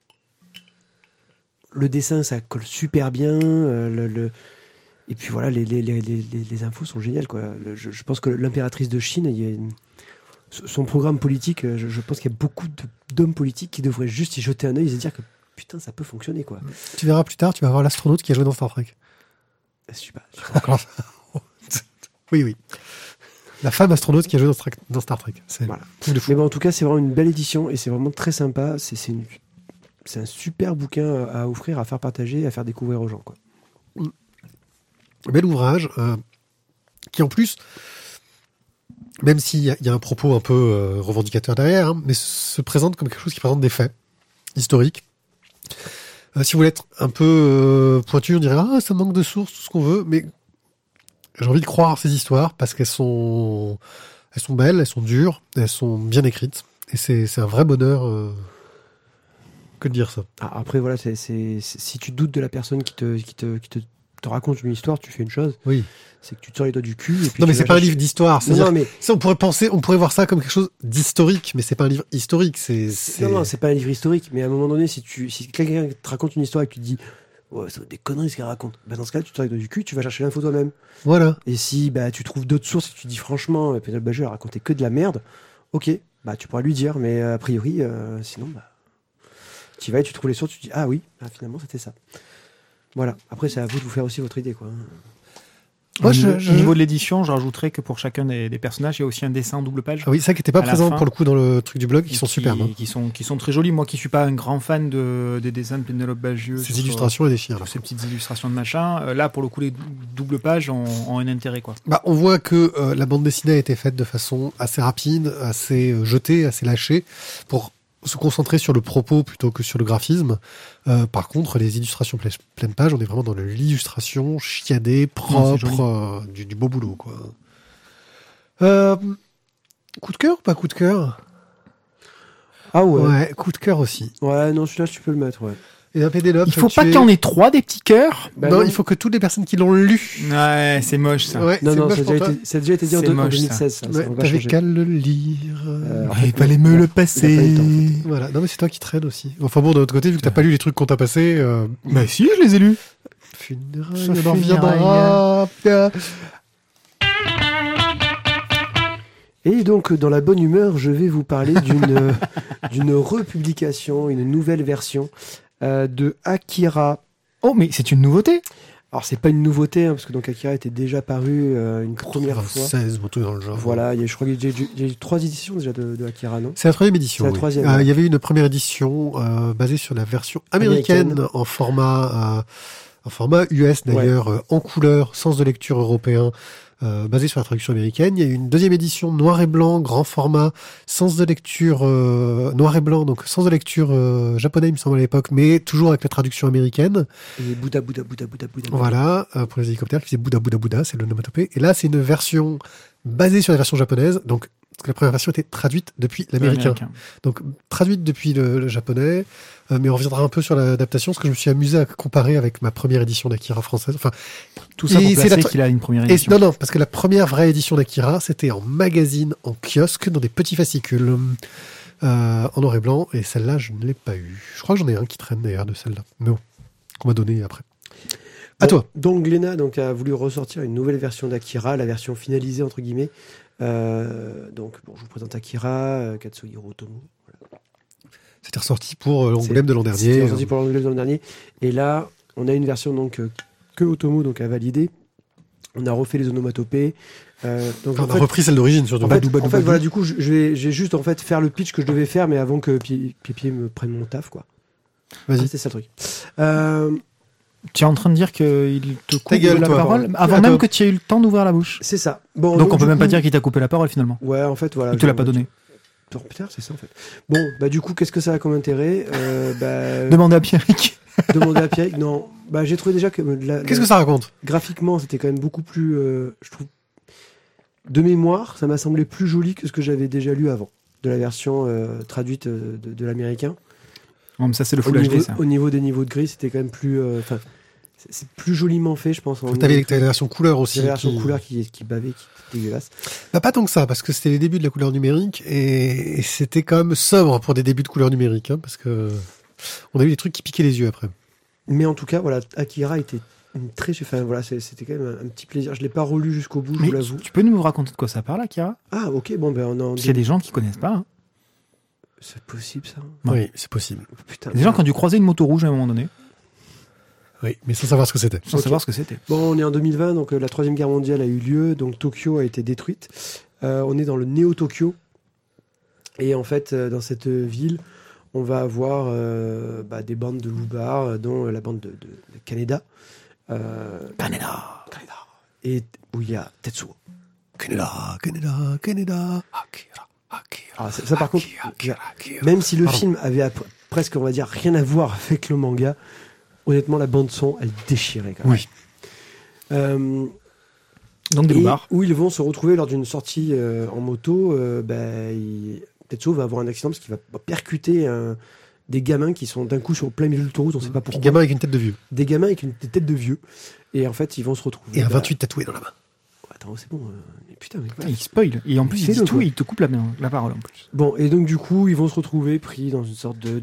le dessin, ça colle super bien. Et puis voilà, les infos sont géniales, quoi. Je pense que l'impératrice de Chine, son programme politique, je pense qu'il y a beaucoup d'hommes politiques qui devraient juste y jeter un œil et se dire que putain, ça peut fonctionner, quoi.
Tu verras plus tard, tu vas voir l'astronaute qui a joué dans Star Trek.
Je sais pas.
Oui. La femme astronaute qui a joué dans Star Trek. C'est
Voilà.
tout de fou.
Mais bon, en tout cas, c'est vraiment une belle édition et c'est vraiment très sympa. C'est un super bouquin à offrir, à faire partager, à faire découvrir aux gens, quoi.
Bel ouvrage qui en plus, même s'il y a un propos un peu revendicateur derrière, hein, mais se présente comme quelque chose qui présente des faits historiques. Si vous voulez être un peu pointu, on dirait ça manque de sources, tout ce qu'on veut, mais j'ai envie de croire ces histoires parce qu'elles sont belles, elles sont dures, elles sont bien écrites, et c'est un vrai bonheur que de dire ça.
Après, voilà, si tu doutes de la personne qui te raconte une histoire, tu fais une chose.
Oui.
C'est que tu te sors les doigts du cul. Et puis
Non, mais
tu
c'est
vas
pas un
chercher-
livre d'histoire.
Non, mais
Ça, on pourrait voir ça comme quelque chose d'historique, mais c'est pas un livre historique.
non, c'est pas un livre historique. Mais à un moment donné, si quelqu'un te raconte une histoire et que tu te dis, ouais, c'est des conneries ce qu'elle raconte, bah dans ce cas-là, tu te sors les doigts du cul, tu vas chercher l'info toi-même.
Voilà.
Et si tu trouves d'autres sources et tu te dis franchement, Pénélope Bagieux a raconté que de la merde, ok, tu pourras lui dire, mais a priori, sinon, tu y vas et tu trouves les sources, tu te dis, ah oui, finalement c'était ça. Voilà. Après, c'est à vous de vous faire aussi votre idée, quoi.
Moi,
Au niveau de l'édition, je rajouterais que pour chacun des personnages, il y a aussi un dessin en double page.
Ah oui, ça qui n'était pas
à la
présent
fin,
pour le coup dans le truc du blog, qui sont superbes. Hein.
Qui sont très jolis. Moi qui suis pas un grand fan des dessins de Pénélope Bagieux.
Ces illustrations et des chiens.
Sur ces petites illustrations de machin. Là, pour le coup, les doubles pages ont un intérêt, quoi.
On voit que la bande dessinée a été faite de façon assez rapide, assez jetée, assez lâchée, pour se concentrer sur le propos plutôt que sur le graphisme. Par contre, les illustrations pleine page, on est vraiment dans l'illustration chiadée, propre, du beau boulot, quoi. Coup de cœur ou pas coup de cœur?
Ah ouais.
Ouais, coup de cœur aussi.
Ouais, non, celui-là, tu peux le mettre, ouais.
Et un Pénélope.
Il faut pas qu'il y en ait 3 des petits cœurs.
Bah
non,
non.
il faut que toutes les personnes qui l'ont lu.
Ouais, c'est moche ça.
Ouais,
Non,
c'est
non,
moche
ça
pour toi.
a déjà été dit en
C'est moche,
2016. Ça,
Ouais,
on va
t'avais
changer.
qu'à le lire.
En
Il
fait,
fallait
non,
me le
il a pas eu
passer.
le temps, en fait.
Voilà. Non, mais c'est toi qui traînes aussi. Enfin bon, de l'autre côté, vu que t'as pas lu les trucs qu'on t'a passés,
Bah si, je les ai lus.
funérailles,
Ça
on en reviendra.
Et donc, dans la bonne humeur, je vais vous parler d'une republication, une nouvelle version de Akira.
Oh, mais c'est une nouveauté.
Alors, c'est pas une nouveauté, hein, parce que donc Akira était déjà paru une première fois.
16, tout dans le genre.
Voilà, je crois qu'il y a eu 3 éditions déjà de Akira, non?
C'est la troisième édition.
C'est la
oui.
troisième,
Il
ouais.
y avait une première édition basée sur la version américaine,
Américaine.
en format US d'ailleurs, en couleur, sens de lecture européen, basé sur la traduction américaine. Il y a eu une deuxième édition noir et blanc, grand format, sens de lecture noir et blanc, donc sens de lecture japonais, il me semble à l'époque, mais toujours avec la traduction américaine.
Et Bouddha.
Voilà, pour les hélicoptères qui faisaient Bouddha, Bouddha, Bouddha, c'est l'onomatopée. Et là, c'est une version basée sur la version japonaise, donc parce que la première version était traduite depuis l'américain. Donc traduite depuis le japonais, mais on reviendra un peu sur l'adaptation, parce que je me suis amusé à comparer avec ma première édition d'Akira française. Enfin,
Tout ça
Et
pour
c'est
placer
la-
qu'il a une première
et
édition.
non, parce que la première vraie édition d'Akira, c'était en magazine, en kiosque, dans des petits fascicules, en noir et blanc, et celle-là, je ne l'ai pas eu. Je crois que j'en ai un qui traîne d'ailleurs de celle-là, mais bon, qu'on m'a donné après. À toi.
Donc Glénat a voulu ressortir une nouvelle version d'Akira, la version finalisée entre guillemets. Donc bon, je vous présente Akira, Katsuhiro Otomo.
C'était ressorti pour l'Angoulême de l'an
C'était
dernier.
ressorti pour l'Angoulême de l'an dernier. Et là, on a une version donc que Otomo donc a validé. On a refait les onomatopées. Donc
On a repris celle d'origine, surtout.
en fait, voilà, du coup, j'ai juste en fait faire le pitch que je devais faire, mais avant que Pied me prenne mon taf, quoi.
Vas-y.
C'est ça le truc.
Tu es en train de dire qu'il te coupe
gueule,
la
toi.
parole
À
avant
toi.
même que tu aies eu le temps d'ouvrir la bouche.
C'est ça. Bon,
Donc on peut
du
même pas
coup-
dire qu'il t'a coupé la parole finalement.
Ouais, en fait, voilà.
Il te l'a pas donné.
Oh, putain, c'est ça en fait. Bon, bah du coup, qu'est-ce que ça a comme intérêt
Demandez à Pierrick.
Demander à Pierre. Non, bah j'ai trouvé déjà que
Qu'est-ce que ça raconte?
graphiquement, c'était quand même beaucoup plus, je trouve, de mémoire, ça m'a semblé plus joli que ce que j'avais déjà lu avant, de la version traduite de l'américain.
Bon, mais ça c'est le
Au
Full
niveau,
HD ça.
au niveau des niveaux de gris, c'était quand même plus, c'est plus joliment fait, je pense.
T'avais la version couleur aussi.
la version
qui-
couleur qui bavait, qui était dégueulasse.
Bah, pas tant que ça, parce que c'était les débuts de la couleur numérique, et c'était quand même sobre pour des débuts de couleur numérique, hein, parce que on a eu des trucs qui piquaient les yeux après.
Mais en tout cas, voilà, Akira était une très, enfin voilà, c'était quand même un petit plaisir. Je l'ai pas relu jusqu'au bout, je
Mais
vous l'avoue.
tu peux nous raconter de quoi ça parle, Akira?
Ah, ok, bon ben on a.
Parce qu'il y a des gens qui connaissent pas. Hein.
C'est possible ça.
Ouais.
Oui, c'est possible.
Putain.
Il y a des gens qui ont dû croiser une moto rouge à un moment donné,
Oui, mais sans savoir ce que c'était.
sans
Ok.
savoir ce que c'était.
Bon, on est en 2020, donc la Troisième Guerre mondiale a eu lieu, donc Tokyo a été détruite. On est dans le Néo-Tokyo. Et en fait, dans cette ville, on va avoir des bandes de loupards, dont la bande de Kaneda.
Canada.
Et où il y a Tetsuo.
Canada, Canada, Canada, Akira, Akira.
Alors, ça, par contre,
Akira, Akira.
même si le
Pardon.
film avait presque, on va dire, rien à voir avec le manga, honnêtement, la bande-son, elle déchirait quand même.
Oui.
Donc des
Et
loupards.
où ils vont se retrouver lors d'une sortie en moto. Tetsuo va avoir un accident parce qu'il va percuter des gamins qui sont d'un coup sur le plein milieu de l'autoroute, on ne sait pas
Petit
pourquoi.
gamin avec une tête de vieux.
Des gamins avec des têtes de vieux. Et en fait, ils vont se retrouver.
Et un 28 tatoué dans la main.
Attends, c'est bon. Mais putain, mais voilà.
Il spoil. Et en plus, il
Fais-le,
dit tout
quoi.
et il te coupe la parole en plus.
Bon, et donc du coup, ils vont se retrouver pris dans une sorte de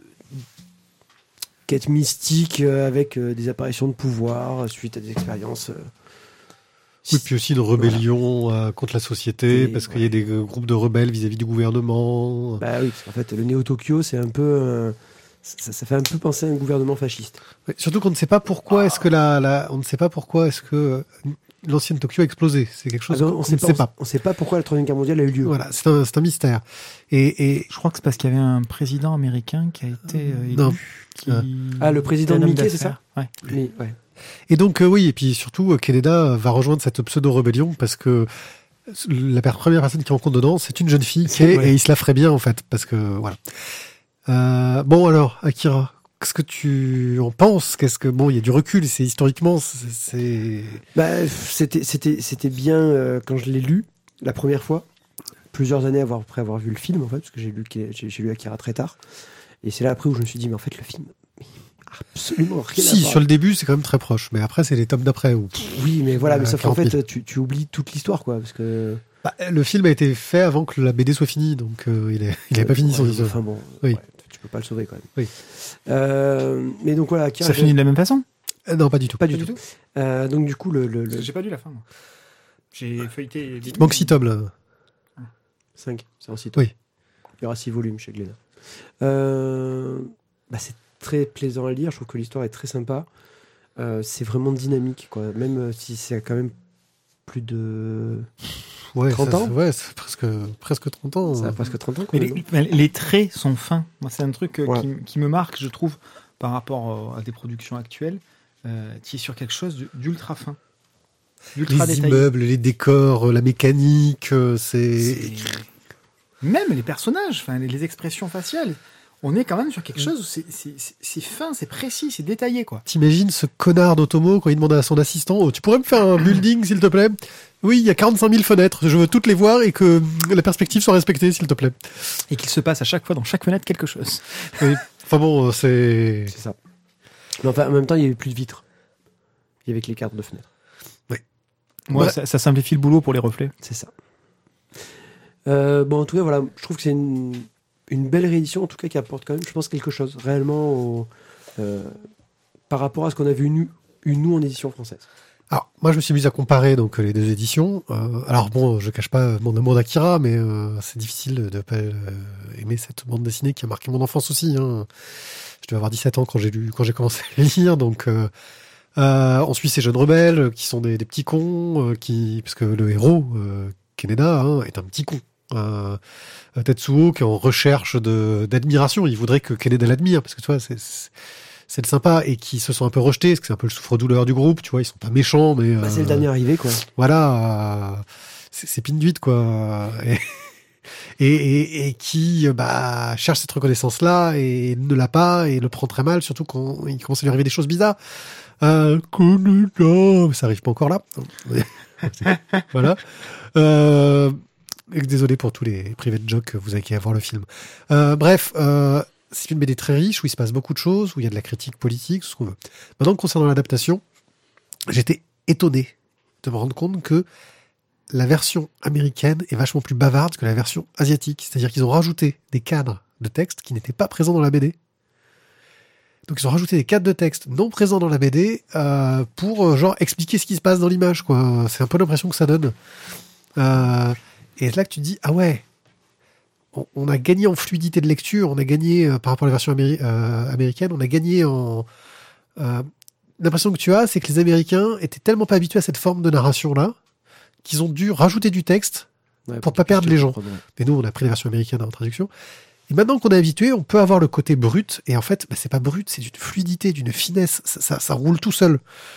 quête mystique avec des apparitions de pouvoir suite à des expériences.
Oui, puis aussi une rébellion contre la société,
Et
parce qu'il y a des groupes de rebelles vis-à-vis du gouvernement.
Bah oui, parce qu'en fait, le Néo-Tokyo, c'est un peu. Ça fait un peu penser à un gouvernement fasciste.
Ouais, surtout qu'on ne sait pas pourquoi est-ce que on ne sait pas pourquoi est-ce que l'ancienne Tokyo a explosé. C'est quelque chose qu'on ne sait pas.
On sait pas pourquoi la Troisième Guerre mondiale a eu lieu.
Voilà, c'est un mystère. Et
Je crois que c'est parce qu'il y avait un président américain qui a été élu.
Non.
Ah, le président
était un homme
Mickey, c'est
d'affaires. Ouais.
Mais, ouais.
Et donc, oui, et puis surtout, Kaneda va rejoindre cette pseudo-rébellion parce que la première personne qu'il rencontre dedans, c'est une jeune fille,
C'est vrai.
et il se la ferait bien, en fait, parce que, voilà. Bon, alors, Akira, qu'est-ce que tu en penses? Bon, il y a du recul, c'est historiquement, c'est...
Bah, c'était bien quand je l'ai lu, la première fois. Plusieurs années après avoir vu le film, en fait, parce que j'ai lu Akira très tard. Et c'est là après où je me suis dit, mais en fait, le film, absolument rien à
Si,
voir.
sur le début, c'est quand même très proche. Mais après, c'est les tomes d'après. Où...
Oui, mais voilà, mais sauf qu'en
40 000.
fait, tu oublies toute l'histoire, quoi, parce que...
Bah, le film a été fait avant que la BD soit finie, donc il avait pas fini son histoire.
Enfin bon,
Oui.
tu peux pas le sauver, quand même.
Oui.
Mais donc voilà, Akira,
Ça finit de la même façon?
Non, pas du tout.
Pas du tout. Donc du coup,
J'ai pas lu la fin, moi. J'ai feuilleté.
Il te manque 6 tomes, là.
5, c'est en 6
Oui.
Il y aura 6 volumes chez Glénat. C'est très plaisant à lire. Je trouve que l'histoire est très sympa. C'est vraiment dynamique, quoi. Même si c'est quand même plus de
Ouais,
30 ans.
Ouais, c'est presque 30 ans.
Ça a presque 30 ans. Quoi,
Mais les traits sont fins. Moi, c'est un truc
Voilà.
qui me marque, je trouve, par rapport à des productions actuelles. Tu es sur quelque chose d'ultra fin. D'ultra
Les
détaillé.
immeubles, les décors, la mécanique, c'est...
Même les personnages, enfin les expressions faciales. On est quand même sur quelque chose où c'est fin, c'est précis, c'est détaillé, quoi.
T'imagines ce connard d'Otomo quand il demande à son assistant « Oh, tu pourrais me faire un building, s'il te plaît ?» Oui, il y a 45 000 fenêtres, je veux toutes les voir et que la perspective soit respectée, s'il te plaît.
Et qu'il se passe à chaque fois dans chaque fenêtre quelque chose.
Oui. Enfin bon, c'est...
C'est ça. Mais enfin, en même temps, il y avait plus de vitres. Il y avait que les cartes de fenêtre.
Moi,
Ouais.
ça simplifie le boulot pour les reflets.
C'est ça. En tout cas, voilà, je trouve que c'est une belle réédition, en tout cas, qui apporte quand même, je pense, quelque chose réellement par rapport à ce qu'on avait eu nous en édition française.
Alors, moi, je me suis mis à comparer donc les deux éditions. Alors bon, je cache pas mon amour d'Akira, mais c'est difficile de pas aimer cette bande dessinée qui a marqué mon enfance aussi. Hein. Je devais avoir 17 ans quand j'ai commencé à lire, donc on suit ces jeunes rebelles qui sont des petits cons, parce que le héros Kaneda est un petit con. Tetsuo qui est en recherche d'admiration, il voudrait que Kaneda l'admire parce que tu vois c'est le sympa et qui se sont un peu rejetés parce que c'est un peu le souffre-douleur du groupe, tu vois, ils sont pas méchants mais
C'est le dernier arrivé, quoi.
voilà, c'est Pinduit quoi et qui cherche cette reconnaissance là et ne l'a pas et le prend très mal, surtout quand il commence à lui arriver des choses bizarres. Kaneda, ça arrive pas encore là. Voilà. Désolé pour tous les private jokes que vous avez qu'à voir le film. C'est une BD très riche où il se passe beaucoup de choses, où il y a de la critique politique, tout ce qu'on veut. Maintenant, concernant l'adaptation, j'étais étonné de me rendre compte que la version américaine est vachement plus bavarde que la version asiatique. C'est-à-dire qu'ils ont rajouté des cadres de texte qui n'étaient pas présents dans la BD. Donc ils ont rajouté des cadres de texte non présents dans la BD pour genre expliquer ce qui se passe dans l'image, quoi. C'est un peu l'impression que ça donne. Et c'est là que tu te dis, ah ouais, on a gagné en fluidité de lecture, on a gagné par rapport à la version américaine, on a gagné en... l'impression que tu as, c'est que les Américains étaient tellement pas habitués à cette forme de narration-là, qu'ils ont dû rajouter du texte pour pas perdre les gens. Mais nous, on a pris la version américaine en traduction. Et maintenant qu'on est habitué, on peut avoir le côté brut, et en fait, c'est pas brut, c'est d'une fluidité, d'une finesse, ça roule tout seul.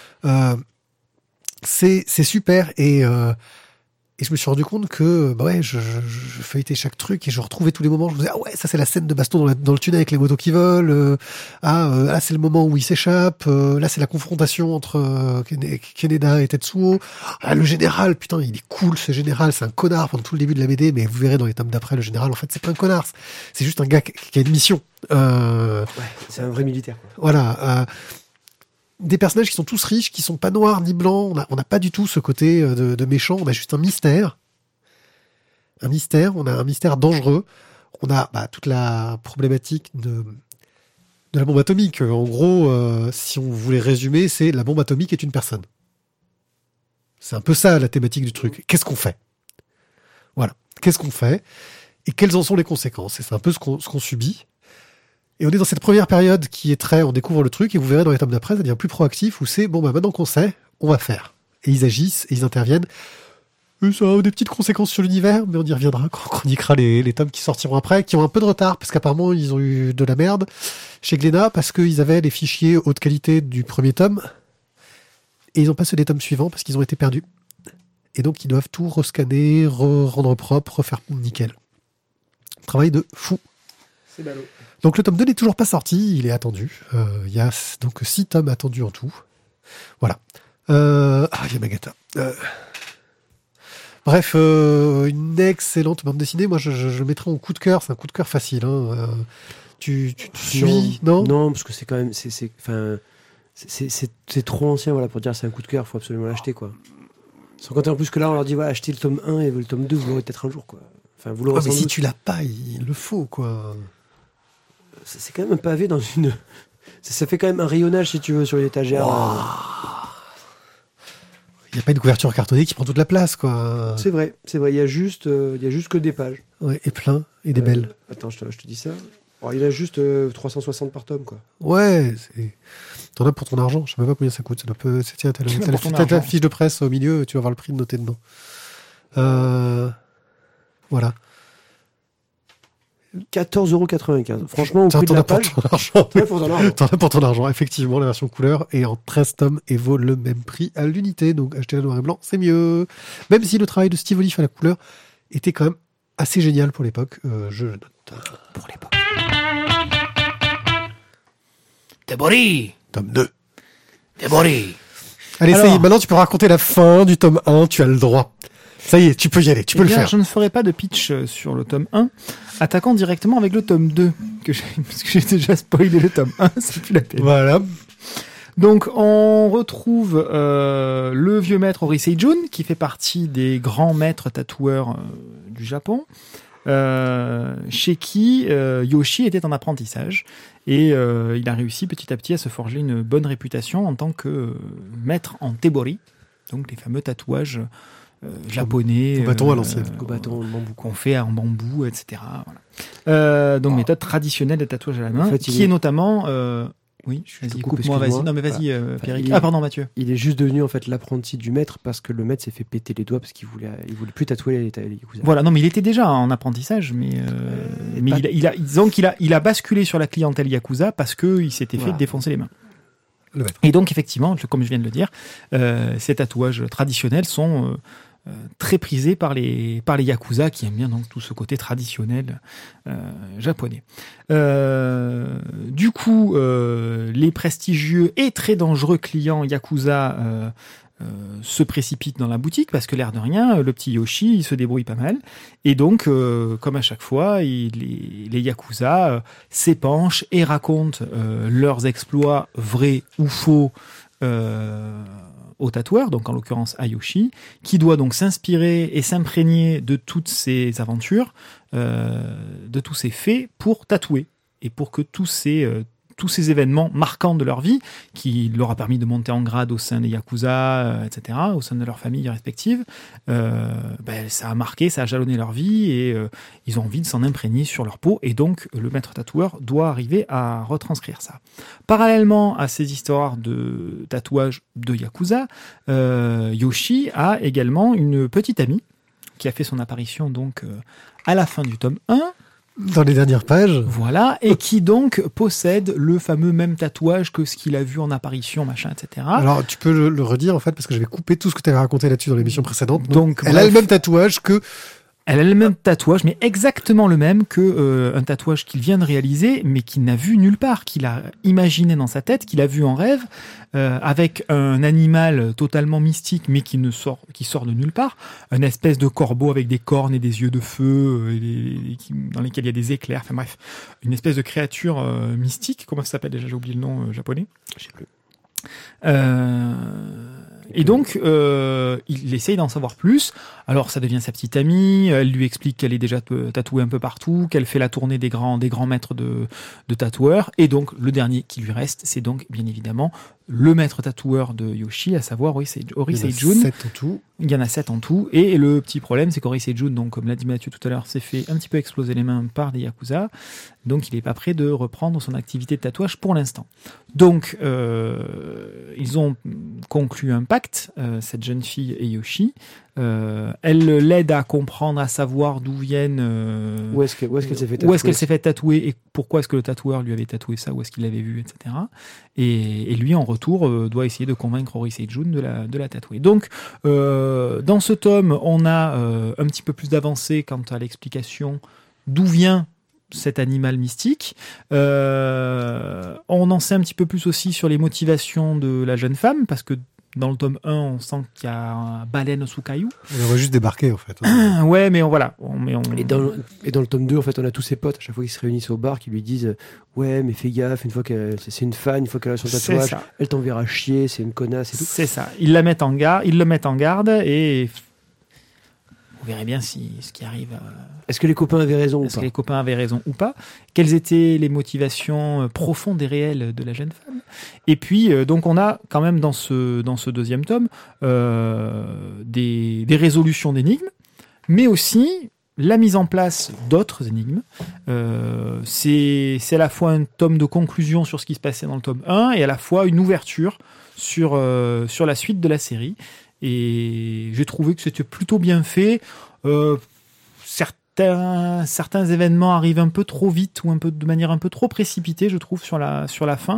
C'est super, et je me suis rendu compte que je feuilletais chaque truc et je retrouvais tous les moments. Je me disais, ah ouais, ça c'est la scène de baston dans le tunnel avec les motos qui volent. Là c'est le moment où il s'échappe. Là c'est la confrontation entre Kaneda et Tetsuo. Ah, le général, putain, il est cool ce général. C'est un connard pendant tout le début de la BD, mais vous verrez dans les tomes d'après, le général, en fait, c'est pas un connard. C'est juste un gars qui a une mission.
C'est un vrai militaire, quoi.
Voilà. Des personnages qui sont tous riches, qui sont pas noirs ni blancs. On n'a pas du tout ce côté de méchant. On a juste un mystère. On a un mystère dangereux. On a toute la problématique de la bombe atomique. En gros, si on voulait résumer, c'est la bombe atomique est une personne. C'est un peu ça la thématique du truc. Qu'est-ce qu'on fait ? Voilà. Qu'est-ce qu'on fait ? Et quelles en sont les conséquences ? Et c'est un peu ce qu'on subit. Et on est dans cette première période qui est on découvre le truc, et vous verrez dans les tomes d'après, ça devient plus proactif, où c'est, maintenant qu'on sait, on va faire. Et ils agissent, et ils interviennent. Et ça a des petites conséquences sur l'univers, mais on y reviendra quand on chroniquera les tomes qui sortiront après, qui ont un peu de retard, parce qu'apparemment, ils ont eu de la merde chez Glénat, parce qu'ils avaient les fichiers haute qualité du premier tome, et ils n'ont pas ceux des tomes suivants, parce qu'ils ont été perdus. Et donc, ils doivent tout rescanner, rendre propre, refaire nickel. Travail de fou.
C'est ballot.
Donc le tome 2 n'est toujours pas sorti, il est attendu. Il y a donc 6 tomes attendus en tout. Voilà. Yamagata. Bref, une excellente bande dessinée. Moi, je mettrais en coup de cœur. C'est un coup de cœur facile. tu suis, non?
Non, parce que c'est quand même, c'est trop ancien, voilà, pour dire c'est un coup de cœur, faut absolument l'acheter, quoi. Sans compter en plus que là, on leur dit, voilà, achetez le tome 1 et le tome 2, vous l'aurez peut-être un jour, quoi. Enfin, vous l'aurez
Ah, mais
sans
si
doute.
tu l'as pas, il le faut, quoi.
C'est quand même un pavé dans une. Ça fait quand même un rayonnage, si tu veux, sur l'étagère.
Il n'y a pas une couverture cartonnée qui prend toute la place, quoi.
C'est vrai. Il y a juste que des pages.
Ouais, et plein, et des belles.
Attends, je te dis ça. Alors, il a juste 360 par tome, quoi.
Ouais, t'en as pour ton argent. Je sais même pas combien ça coûte. Tiens, t'as la fiche de presse au milieu, tu vas voir le prix noté dedans. Voilà.
14,95 €. Franchement, au prix de la page.
T'en as pour ton argent. Effectivement, la version couleur est en 13 tomes et vaut le même prix à l'unité. Donc, acheter la noir et blanc, c'est mieux. Même si le travail de Steve Oliff à la couleur était quand même assez génial pour l'époque. Je le note. Pour l'époque.
Tebori.
Tome 2.
Tebori.
Allez,
Alors,
ça y est. Maintenant, tu peux raconter la fin du tome 1. Tu as le droit. Ça y est, tu peux y aller. Tu peux le faire.
Je ne ferai pas de pitch sur le tome 1, attaquant directement avec le tome 2, parce que j'ai déjà spoilé le tome 1, c'est plus la peine.
Voilà.
Donc, on retrouve le vieux maître Horisei Jun, qui fait partie des grands maîtres tatoueurs du Japon, chez qui Yoshi était en apprentissage. Et il a réussi petit à petit à se forger une bonne réputation en tant que maître en tebori, donc les fameux tatouages japonais.
Au bâton à l'ancienne.
Au bâton en bambou.
Qu'on fait en bambou, etc. Voilà. Donc, méthode traditionnelle de tatouage à la main,
En fait,
qui est notamment... Oui, vas-y, coupe-moi, vas-y. Non, mais vas-y, Pierrick. Ah, pardon, Mathieu.
Il est juste devenu en fait l'apprenti du maître parce que le maître s'est fait péter les doigts parce qu'il voulait plus tatouer les Yakuza.
Voilà, non, mais il était déjà en apprentissage, mais disons qu'il a basculé sur la clientèle Yakuza parce qu'il s'était fait défoncer les mains. Et donc, effectivement, comme je viens de le dire, ces tatouages traditionnels sont très prisés par les Yakuza qui aiment bien donc tout ce côté traditionnel japonais. Du coup, les prestigieux et très dangereux clients Yakuza se précipitent dans la boutique parce que l'air de rien, le petit Yoshi, il se débrouille pas mal. Et donc, comme à chaque fois, les Yakuza s'épanchent et racontent leurs exploits vrais ou faux au tatoueur, donc en l'occurrence à Yoshi, qui doit donc s'inspirer et s'imprégner de toutes ces aventures, de tous ces faits pour tatouer et pour que tous ces événements marquants de leur vie, qui leur a permis de monter en grade au sein des Yakuza, etc., au sein de leurs familles respectives, ça a marqué, ça a jalonné leur vie et ils ont envie de s'en imprégner sur leur peau et donc le maître tatoueur doit arriver à retranscrire ça. Parallèlement à ces histoires de tatouage de Yakuza, Yoshi a également une petite amie qui a fait son apparition donc à la fin du tome 1,
dans les dernières pages.
Voilà, et qui donc possède le fameux même tatouage que ce qu'il a vu en apparition, machin, etc.
Alors, tu peux le redire, en fait, parce que j'avais coupé tout ce que tu avais raconté là-dessus dans l'émission précédente.
Donc,
elle a le même tatouage que...
Elle a le même tatouage, mais exactement le même que un tatouage qu'il vient de réaliser, mais qu'il n'a vu nulle part, qu'il a imaginé dans sa tête, qu'il a vu en rêve, avec un animal totalement mystique, mais qui sort de nulle part, une espèce de corbeau avec des cornes et des yeux de feu, dans lesquels il y a des éclairs, enfin bref, une espèce de créature mystique. Comment ça s'appelle déjà ? J'ai oublié le nom japonais.
Je sais plus.
Et donc, il essaye d'en savoir plus. Alors, ça devient sa petite amie. Elle lui explique qu'elle est déjà tatouée un peu partout, qu'elle fait la tournée des grands maîtres de tatoueurs. Et donc, le dernier qui lui reste, c'est donc, bien évidemment, le maître tatoueur de Yoshi, à savoir Horisei Jun.
7 en tout.
Il y en a 7 en tout. Et le petit problème, c'est qu'Horisei Jun, donc, comme l'a dit Mathieu tout à l'heure, s'est fait un petit peu exploser les mains par des Yakuza. Donc, il n'est pas prêt de reprendre son activité de tatouage pour l'instant. Donc, ils ont conclu un pacte, cette jeune fille et Yoshi. Elle l'aide à comprendre, à savoir d'où viennent...
Où est-ce qu'elle s'est fait tatouer ?
Où est-ce qu'elle s'est fait tatouer et pourquoi est-ce que le tatoueur lui avait tatoué ça, où est-ce qu'il l'avait vu, etc. Et lui, en retour, doit essayer de convaincre Horisei Jun de la tatouer. Donc, dans ce tome, on a un petit peu plus d'avancée quant à l'explication d'où vient cet animal mystique. On en sait un petit peu plus aussi sur les motivations de la jeune femme, parce que Dans le tome 1, on sent qu'il y a un baleine sous caillou.
On aurait juste débarqué, en fait.
Ouais, mais voilà.
Et dans le tome 2, en fait, on a tous ses potes, à chaque fois qu'ils se réunissent au bar, qui lui disent ouais, mais fais gaffe, une fois qu'elle, c'est une fan, une fois qu'elle a son tatouage, elle t'enverra chier, c'est une connasse et tout.
C'est ça. Ils le mettent en garde et vous verrez bien ce qui arrive.
Est-ce que les copains avaient raison ou pas ?
Est-ce que les copains avaient raison ou pas ? Quelles étaient les motivations profondes et réelles de la jeune femme ? Et puis, donc, on a quand même dans ce deuxième tome des résolutions d'énigmes, mais aussi la mise en place d'autres énigmes. C'est à la fois un tome de conclusion sur ce qui se passait dans le tome 1 et à la fois une ouverture sur la suite de la série. Et j'ai trouvé que c'était plutôt bien fait. Certains événements arrivent un peu trop vite ou de manière un peu trop précipitée, je trouve, sur la fin.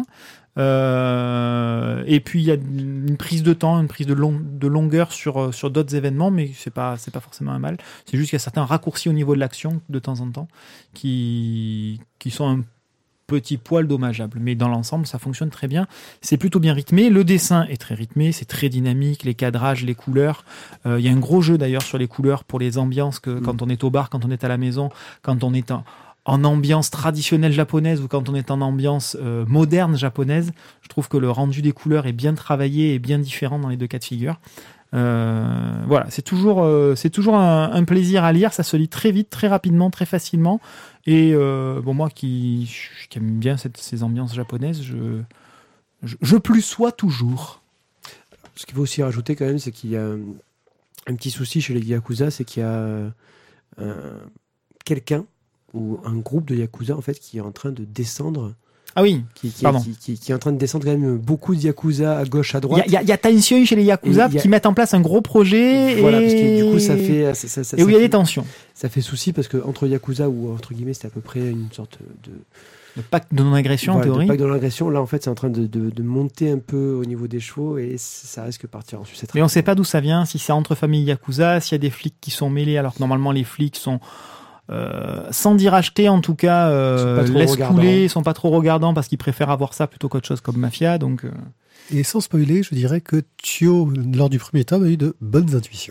Et puis il y a une prise de temps, une prise de longueur sur d'autres événements, mais c'est pas forcément un mal. C'est juste qu'il y a certains raccourcis au niveau de l'action de temps en temps qui sont un petit poil dommageables, mais dans l'ensemble ça fonctionne très bien. C'est plutôt bien rythmé, le dessin est très rythmé, c'est très dynamique, les cadrages, les couleurs. Il y a un gros jeu d'ailleurs sur les couleurs pour les ambiances quand on est au bar, quand on est à la maison, quand on est en ambiance traditionnelle japonaise ou quand on est en ambiance moderne japonaise. Je trouve que le rendu des couleurs est bien travaillé et bien différent dans les deux cas de figure. Voilà, c'est toujours un plaisir à lire, ça se lit très vite, très rapidement, très facilement. Et moi qui aime bien ces ambiances japonaises, je plus sois toujours.
Ce qu'il faut aussi rajouter quand même, c'est qu'il y a un petit souci chez les Yakuza, c'est qu'il y a quelqu'un ou un groupe de Yakuza en fait qui est en train de descendre.
Ah oui,
qui est en train de descendre quand même beaucoup de Yakuza à gauche, à droite.
Il y a tension chez les Yakuza qui mettent en place un gros projet.
Voilà, parce que du coup ça fait...
et où il y a des tensions.
Ça fait souci parce que entre Yakuza, ou entre guillemets, c'était à peu près une sorte de...
Le pacte de non-agression, en théorie.
Le pacte de non-agression, là en fait c'est en train de monter un peu au niveau des chevaux et ça risque de partir en sucette.
Mais on ne sait pas d'où ça vient, si c'est entre familles Yakuza, s'il y a des flics qui sont mêlés, alors que normalement les flics sont... sans dire acheter en tout cas, laissent couler, ils sont pas trop regardants parce qu'ils préfèrent avoir ça plutôt qu'autre chose comme Mafia. Donc,
Et sans spoiler, je dirais que Thio, lors du premier tome, a eu de bonnes intuitions.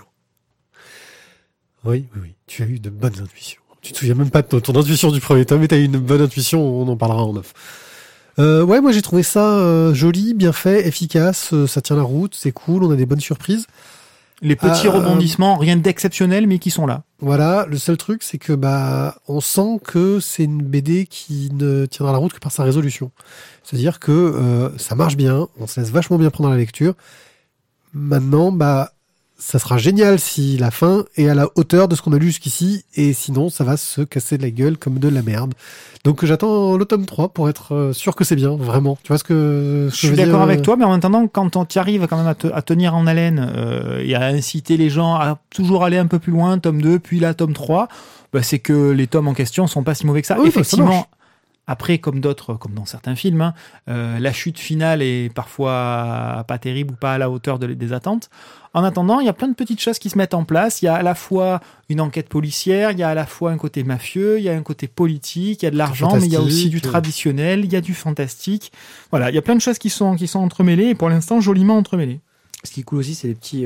Oui, tu as eu de bonnes intuitions. Tu te souviens même pas de ton intuition du premier tome, mais tu as eu une bonne intuition, on en parlera en off. Ouais, moi j'ai trouvé ça joli, bien fait, efficace, ça tient la route, c'est cool, on a des bonnes surprises.
Les petits rebondissements, rien d'exceptionnel, mais qui sont là.
Voilà, le seul truc, c'est que on sent que c'est une BD qui ne tiendra la route que par sa résolution. C'est-à-dire que ça marche bien, on se laisse vachement bien prendre à la lecture. Maintenant, ça sera génial si la fin est à la hauteur de ce qu'on a lu jusqu'ici, et sinon, ça va se casser de la gueule comme de la merde. Donc j'attends le tome 3 pour être sûr que c'est bien, vraiment. Tu vois ce que
je suis d'accord avec toi, mais en attendant, quand tu arrives quand même à tenir en haleine et à inciter les gens à toujours aller un peu plus loin, tome 2, puis là, tome 3, c'est que les tomes en question sont pas si mauvais que ça.
Oui,
effectivement. Après, comme dans certains films, la chute finale est parfois pas terrible ou pas à la hauteur des attentes. En attendant, il y a plein de petites choses qui se mettent en place. Il y a à la fois une enquête policière, il y a à la fois un côté mafieux, il y a un côté politique, il y a de l'argent, mais il y a aussi du traditionnel, il y a du fantastique. Voilà, il y a plein de choses qui sont entremêlées, et pour l'instant, joliment entremêlées.
Ce qui est cool aussi, c'est les petits...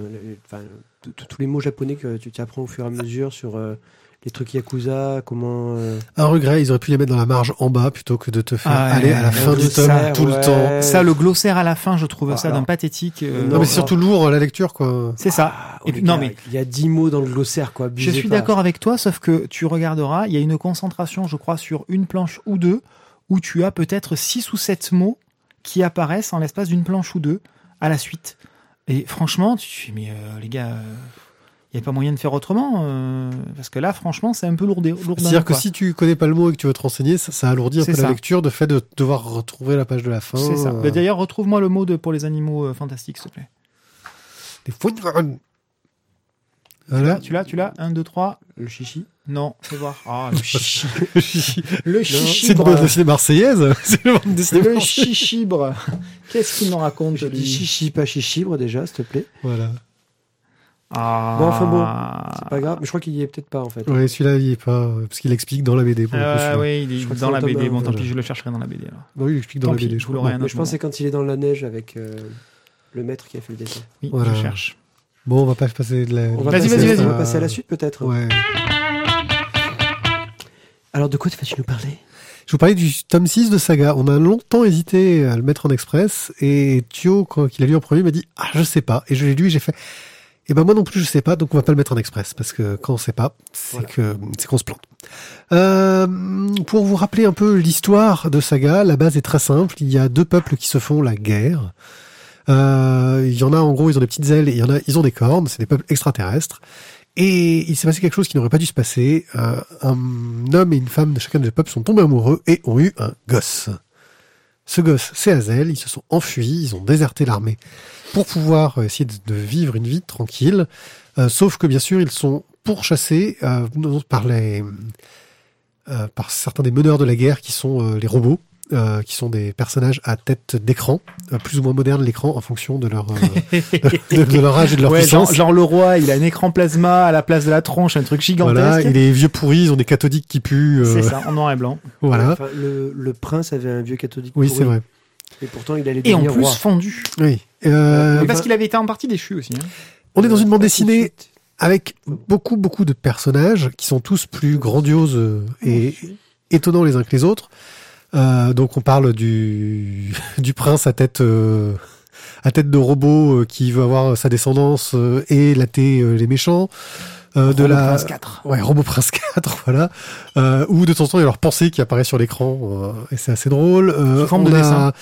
tous les mots japonais que tu apprends au fur et à mesure sur... les trucs Yakuza, comment...
Un regret, ils auraient pu les mettre dans la marge en bas plutôt que de te faire aller à la fin du tome tout le temps.
Ça, le glossaire à la fin, je trouve ça d'un pathétique.
Non, mais c'est surtout lourd la lecture, quoi.
C'est ça.
Et puis, mais il y a 10 mots dans le glossaire, quoi.
Je suis d'accord avec toi, sauf que tu regarderas, il y a une concentration, je crois, sur une planche ou deux, où tu as peut-être 6 ou 7 mots qui apparaissent en l'espace d'une planche ou deux à la suite. Et franchement, tu te dis, mais les gars... Il n'y a pas moyen de faire autrement, parce que là, franchement, c'est un peu lourd.
C'est-à-dire que si tu connais pas le mot et que tu veux te renseigner, ça alourdit un peu la lecture, de fait de devoir retrouver la page de la fin.
C'est ça. D'ailleurs, retrouve-moi le mot pour les animaux fantastiques, s'il te plaît.
Les footballs.
Voilà. Tu l'as 1, 2, 3.
Le chichi.
Non, fais voir. Ah, le chichi.
Le chichi. C'est une bande dessinée marseillaise. C'est une bande dessinée
le chichibre. Qu'est-ce qu'il nous raconte,
lui ? Chichi, pas chichibre, déjà, s'il te plaît.
Voilà.
Ah. Bon, enfin bon, c'est pas grave, mais je crois qu'il y est peut-être pas en fait.
Oui, celui-là il y est pas, parce qu'il explique dans la BD. Pour le coup,
oui, il est dans la BD. Bon, tant pis, je le chercherai dans la BD alors.
Oui, il explique dans la BD.
Je pense que c'est quand il est dans la neige avec. le maître qui a fait le dessin.
Oui,
Voilà.
je cherche.
Bon, on va pas passer de la...
On va
Vas-y,
passer-
vas-y.
On va passer à la suite peut-être.
Ouais.
Alors de quoi vas-tu nous parler?
Je vous parlais du tome 6 de Saga. On a longtemps hésité à le mettre en express et Thio, quand il a lu en premier, m'a dit « Ah, je sais pas ». Et je l'ai lu et j'ai fait « Eh ben moi non plus je sais pas, donc on va pas le mettre en express parce que quand on sait pas, c'est qu'on se plante ». Pour vous rappeler un peu l'histoire de Saga, la base est très simple. Il y a deux peuples qui se font la guerre. Il y en a en gros, ils ont des petites ailes et il y en a, ils ont des cornes. C'est des peuples extraterrestres. Et il s'est passé quelque chose qui n'aurait pas dû se passer. Un homme et une femme de chacun des peuples sont tombés amoureux et ont eu un gosse. Ce gosse, c'est Azel. Ils se sont enfuis, ils ont déserté l'armée pour pouvoir essayer de vivre une vie tranquille. Sauf que bien sûr, ils sont pourchassés par certains des meneurs de la guerre qui sont les robots. Qui sont des personnages à tête d'écran, plus ou moins modernes l'écran en fonction de leur de leur âge et de leur puissance.
Genre le roi, il a un écran plasma à la place de la tronche, un truc gigantesque.
Voilà, il est vieux pourri, ils ont des cathodiques qui puent.
C'est ça, en noir et blanc.
Voilà.
Enfin, le prince avait un vieux catholique.
Oui,
pourri.
c'est vrai.
Et pourtant, il allait
Et en
devenir
plus
roi.
fondu.
Oui.
Mais parce qu'il avait été en partie déchu aussi. Hein.
On est dans une bande
Pas tout de
dessinée
suite.
avec beaucoup de personnages qui sont tous plus grandioses et étonnants les uns que les autres. Donc on parle du prince à tête de robot qui veut avoir sa descendance et latter les méchants. De la
Prince 4.
Ouais, Robot Prince 4, voilà. Ou de temps en temps il y a leur pensée qui apparaît sur l'écran et c'est assez drôle.
Sous forme de
on a
dessin.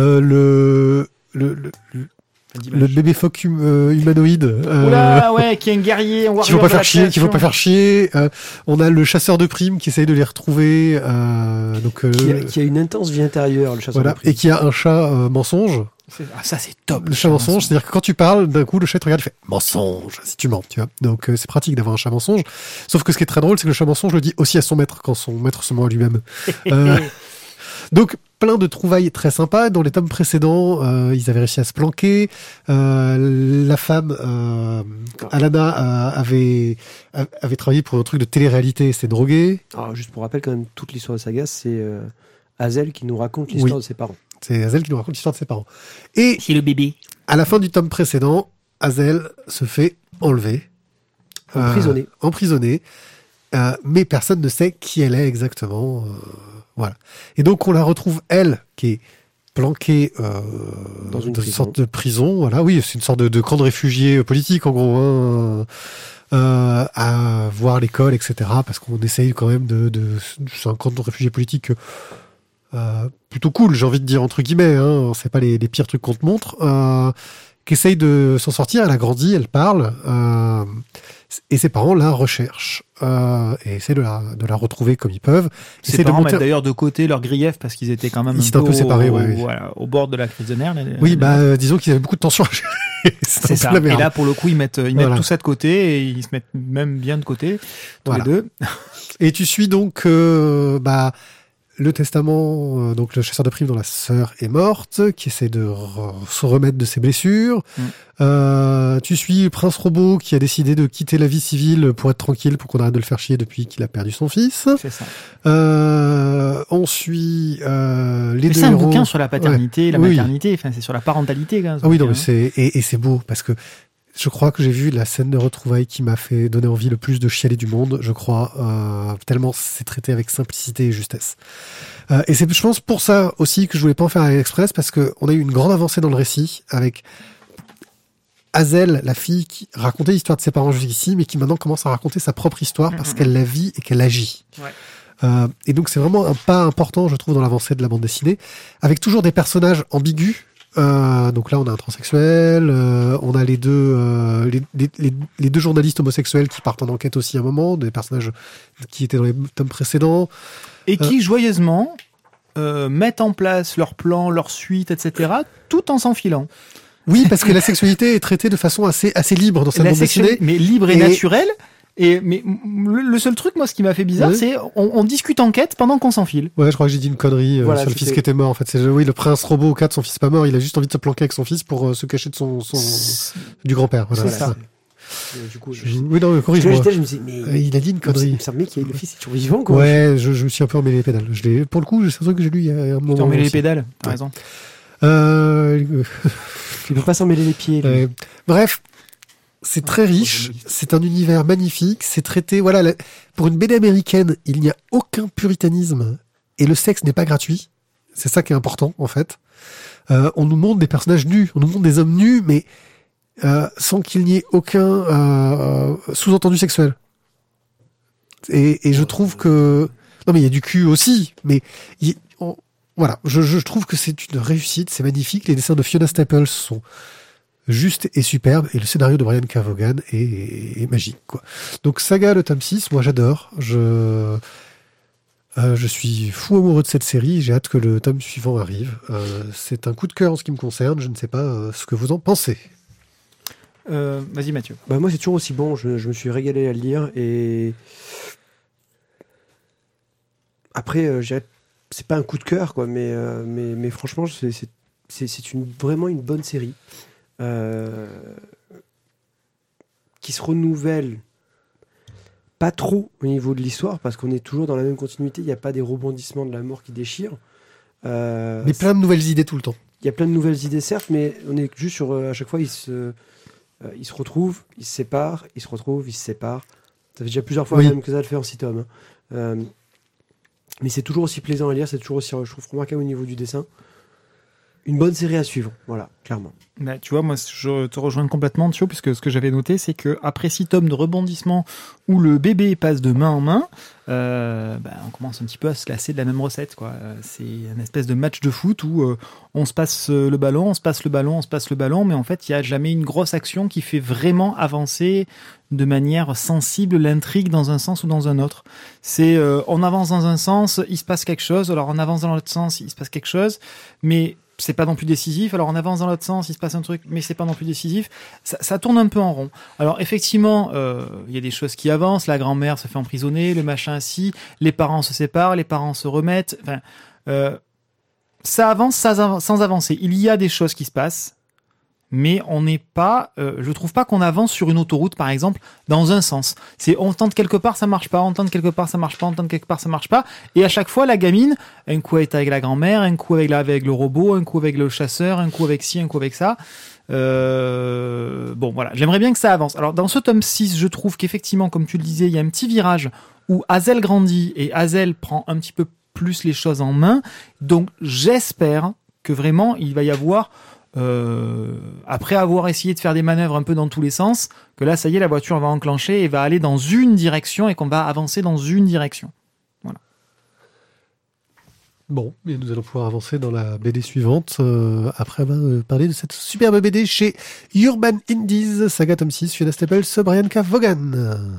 le bébé phoque humanoïde.
Oula, ouais, qui est un guerrier.
Qui veut pas faire chier, qui veut pas faire chier. On a le chasseur de primes qui essaye de les retrouver.
Qui a une intense vie intérieure, le chasseur
voilà,
de primes.
et qui a un chat mensonge.
Ah, ça c'est top.
Le chat mensonge, c'est-à-dire que quand tu parles, d'un coup le chat te regarde, il fait mensonge si tu mens, tu vois. Donc c'est pratique d'avoir un chat mensonge. Sauf que ce qui est très drôle, c'est que le chat mensonge le dit aussi à son maître quand son maître se ment à lui-même. Donc plein de trouvailles très sympas. Dans les tomes précédents, ils avaient réussi à se planquer. La femme, Alana, avait travaillé pour un truc de télé-réalité, c'était drogué.
Alors, juste pour rappel, quand même, toute l'histoire de Saga, c'est Azel qui nous raconte l'histoire
Oui.
de ses parents.
C'est Azel qui nous raconte l'histoire de ses parents. Et
C'est le bébé.
à la fin du tome précédent, Azel se fait enlever. Emprisonnée. Mais personne ne sait qui elle est exactement. Voilà. Et donc on la retrouve, elle, qui est planquée
Dans une
sorte de prison. Voilà, oui, c'est une sorte de camp de réfugiés politiques, en gros, hein, à voir l'école, etc. Parce qu'on essaye quand même c'est un camp de réfugiés politiques plutôt cool, j'ai envie de dire, entre guillemets. Hein, c'est pas les pires trucs qu'on te montre. Qui essaye de s'en sortir. Elle a grandi, elle parle. Et ses parents la recherchent et essaient de la retrouver comme ils peuvent.
Ses parents mettent d'ailleurs de côté leur grief parce qu'ils étaient quand même
un peu séparés,
voilà, au bord de la crise de nerfs.
Oui, disons qu'ils avaient beaucoup de tension à gérer.
C'est ça. Et là, pour le coup, ils mettent tout ça de côté et ils se mettent même bien de côté, tous les deux.
Et tu suis donc le testament, donc le chasseur de primes dont la sœur est morte, qui essaie de se remettre de ses blessures. Tu suis le prince robot qui a décidé de quitter la vie civile pour être tranquille, pour qu'on arrête de le faire chier depuis qu'il a perdu son fils.
C'est ça.
On suit les deux héros.
C'est un bouquin sur la paternité, la maternité, enfin c'est sur la parentalité. Quand même,
ah oui, non, mais c'est beau parce que je crois que j'ai vu la scène de retrouvailles qui m'a fait donner envie le plus de chialer du monde, je crois, tellement c'est traité avec simplicité et justesse. Et c'est, je pense, pour ça aussi que je voulais pas en faire à l'Express, parce que on a eu une grande avancée dans le récit avec Azel, la fille qui racontait l'histoire de ses parents jusqu'ici, mais qui maintenant commence à raconter sa propre histoire parce qu'elle la vit et qu'elle agit. Ouais. Et donc c'est vraiment un pas important, je trouve, dans l'avancée de la bande dessinée, avec toujours des personnages ambigus. Donc là, on a un transsexuel, on a les deux journalistes homosexuels qui partent en enquête aussi à un moment, des personnages qui étaient dans les tomes précédents.
Et qui, joyeusement, mettent en place leurs plans, leurs suites, etc., tout en s'enfilant.
Oui, parce que la sexualité est traitée de façon assez libre dans cette bande dessinée.
Mais libre et naturelle. Mais le seul truc, moi, ce qui m'a fait bizarre, c'est on discute enquête pendant qu'on s'enfile.
Ouais, je crois que j'ai dit une connerie sur le fils qui était mort. En fait, oui, le prince robot 4, son fils est pas mort. Il a juste envie de se planquer avec son fils pour se cacher de du grand-père. Voilà,
c'est ça. Du coup,
oui, non, corrige-moi.
Je me dis, mais
il a dit une connerie.
Il me semblait que le fils est toujours vivant, quoi.
Ouais, je me suis un peu emmêlé les pédales. Pour le coup, c'est un truc que j'ai lu il y a un moment.
Tu t'es emmêlé les pédales, t'as raison.
Il peut pas s'en mêler les pieds. lui.
Bref, c'est très riche, c'est un univers magnifique, c'est traité, voilà, pour une BD américaine, il n'y a aucun puritanisme et le sexe n'est pas gratuit. C'est ça qui est important, en fait. On nous montre des personnages nus, on nous montre des hommes nus, mais sans qu'il n'y ait aucun sous-entendu sexuel. Et je trouve que... Non, mais il y a du cul aussi, mais... Voilà, je trouve que c'est une réussite, c'est magnifique. Les dessins de Fiona Staples sont justes et superbes, et le scénario de Brian K. Vaughan est magique, quoi. Donc, Saga, le tome 6, moi j'adore. Je suis fou amoureux de cette série, j'ai hâte que le tome suivant arrive. C'est un coup de cœur en ce qui me concerne, je ne sais pas ce que vous en pensez.
Vas-y Mathieu.
Bah, moi, c'est toujours aussi bon. Je me suis régalé à le lire. Et après, je dirais, c'est pas un coup de cœur, quoi, mais franchement, c'est vraiment une bonne série qui se renouvelle pas trop au niveau de l'histoire, parce qu'on est toujours dans la même continuité. Il n'y a pas des rebondissements de la mort qui déchirent.
Mais plein de nouvelles idées tout le temps.
Il y a plein de nouvelles idées, certes, mais on est juste sur... à chaque fois, ils se retrouvent, ils se séparent, ils se retrouvent, ils se séparent. Ça fait déjà plusieurs fois même que ça le fait en 6 tomes. Mais c'est toujours aussi plaisant à lire, c'est toujours aussi, je trouve, remarquable au niveau du dessin. Une bonne série à suivre, voilà, clairement.
Bah, tu vois, moi, je te rejoins complètement, Thio, puisque ce que j'avais noté, c'est qu'après 6 tomes de rebondissement où le bébé passe de main en main, on commence un petit peu à se lasser de la même recette, quoi. C'est une espèce de match de foot où on se passe le ballon, on se passe le ballon, on se passe le ballon, mais en fait, il n'y a jamais une grosse action qui fait vraiment avancer de manière sensible l'intrigue dans un sens ou dans un autre. C'est on avance dans un sens, il se passe quelque chose, alors on avance dans l'autre sens, il se passe quelque chose, mais c'est pas non plus décisif, alors on avance dans l'autre sens, il se passe un truc, mais c'est pas non plus décisif. Ça tourne un peu en rond. Alors effectivement, il y a des choses qui avancent, la grand-mère se fait emprisonner, le machin assis, les parents se séparent, les parents se remettent, enfin, ça avance sans avancer. Il y a des choses qui se passent, mais on n'est pas, je trouve pas qu'on avance sur une autoroute, par exemple, dans un sens. C'est, on tente quelque part, ça marche pas, on tente quelque part, ça marche pas, on tente quelque part, ça marche pas. Et à chaque fois, la gamine, un coup elle est avec la grand-mère, un coup avec le robot, un coup avec le chasseur, un coup avec ci, un coup avec ça. Bon, voilà. J'aimerais bien que ça avance. Alors, dans ce tome 6, je trouve qu'effectivement, comme tu le disais, il y a un petit virage où Hazel grandit et Hazel prend un petit peu plus les choses en main. Donc, j'espère que vraiment, il va y avoir, après avoir essayé de faire des manœuvres un peu dans tous les sens, que là, ça y est, la voiture va enclencher et va aller dans une direction et qu'on va avancer dans une direction. Voilà.
Bon, et nous allons pouvoir avancer dans la BD suivante après avoir parlé de cette superbe BD chez Urban Indies, Saga tome 6, Fiona Staples, Brian K. Vaughan.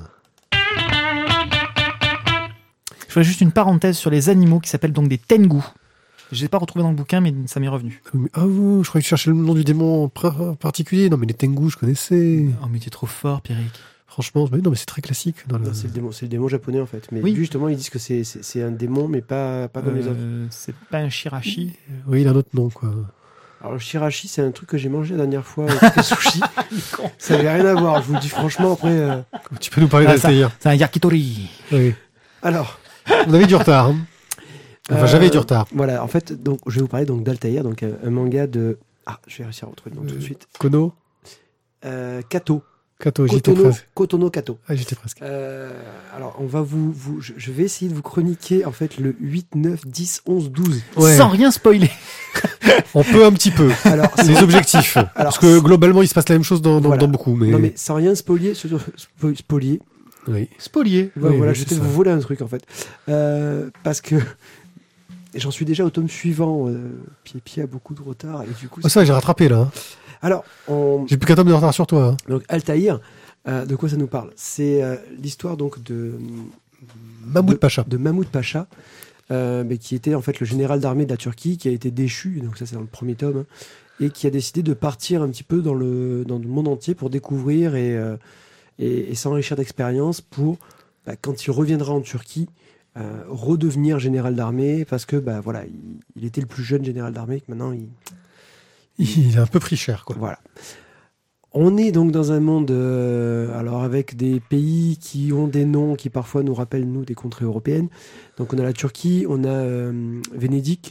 Je ferai juste une parenthèse sur les animaux qui s'appellent donc des Tengu. Je ne l'ai pas retrouvé dans le bouquin, mais ça m'est revenu.
Ah, je croyais que tu cherchais le nom du démon particulier. Non, mais les Tengu, je connaissais.
Oh, mais t'es trop fort, Pierrick.
Franchement, non, mais c'est très classique.
Non, c'est le démon japonais, en fait. Mais oui. Justement, ils disent que c'est un démon, mais pas comme les autres.
C'est pas un shirashi.
Oui, il a un autre nom, quoi.
Alors, le shirashi, c'est un truc que j'ai mangé la dernière fois avec les sushis. Ça n'avait rien à voir, je vous le dis franchement. Après,
tu peux nous parler d'Altaïr.
C'est un yakitori.
Oui.
Alors,
on avait du retard. Hein. Enfin, j'avais du retard.
Voilà, en fait, donc, je vais vous parler donc d'Altaïr, donc un manga de... Ah, je vais réussir à retrouver le nom tout de suite.
Kono
Kato.
Kato, j'étais presque.
Kotono Kato.
Ah, j'étais presque.
Alors, on va je vais essayer de vous chroniquer, en fait, le 8, 9, 10, 11, 12.
Ouais.
Sans rien spoiler.
On peut un petit peu. Alors, les objectifs. Parce que globalement, il se passe la même chose dans beaucoup. Mais...
Non, mais sans rien spolier, spolier.
Oui.
Spolier.
Oui,
voilà,
oui,
je vais peut-être vous voler un truc, en fait. Parce que j'en suis déjà au tome suivant. Pied a beaucoup de retard. Et du coup,
ça, j'ai rattrapé, là. Hein.
Alors,
j'ai plus qu'un tome de retard sur toi. Hein.
Donc, Altaïr, de quoi ça nous parle ? C'est l'histoire donc de
Mahmoud Pacha.
De Mahmoud Pacha, qui était en fait le général d'armée de la Turquie, qui a été déchu, donc ça c'est dans le premier tome, hein, et qui a décidé de partir un petit peu dans le monde entier pour découvrir et s'enrichir d'expérience pour, quand il reviendra en Turquie, redevenir général d'armée, parce que voilà, il était le plus jeune général d'armée, que maintenant
il a un peu pris cher, quoi.
Voilà. On est donc dans un monde, alors avec des pays qui ont des noms qui parfois nous rappellent, nous, des contrées européennes. Donc on a la Turquie, on a Vénédic,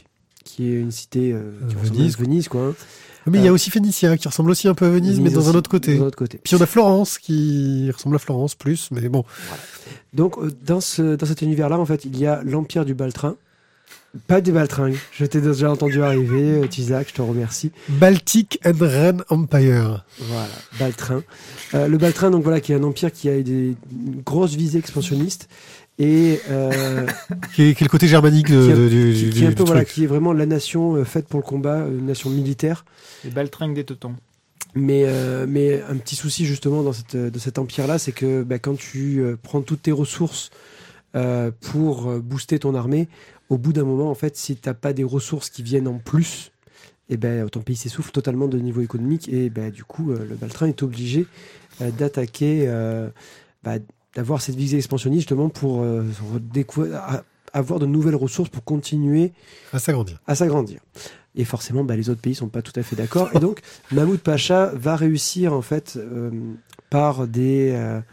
qui est une cité qui ressemble
Venise.
à Venise, quoi. Hein.
Mais il y a aussi Phénicia qui ressemble aussi un peu à Venise, mais dans un autre côté.
Dans un autre côté.
Puis on a Florence qui ressemble à Florence plus, mais bon.
Voilà. Donc dans cet univers-là, en fait, il y a l'Empire du Baltrin. Pas des Baltringues. Je t'ai déjà entendu arriver, Tizak, je te remercie.
Baltic and Ren Empire.
Voilà, Baltrin. Le Baltrin, donc voilà, qui est un empire qui a une grosse visée expansionniste et
Qui est le côté germanique
qui est un peu,
du
voilà,
truc.
qui est vraiment la nation faite pour le combat, une nation militaire.
Les baltringues des Teutons.
Mais un petit souci justement de cet empire-là, c'est que quand tu prends toutes tes ressources pour booster ton armée, au bout d'un moment, en fait, si t'as pas des ressources qui viennent en plus, ton pays s'essouffle totalement de niveau économique et du coup, le Baltrin est obligé d'attaquer, d'avoir cette visée expansionniste justement pour avoir de nouvelles ressources pour continuer
À s'agrandir.
à s'agrandir. Et forcément, les autres pays sont pas tout à fait d'accord. Et donc, Mahmoud Pacha va réussir en fait par des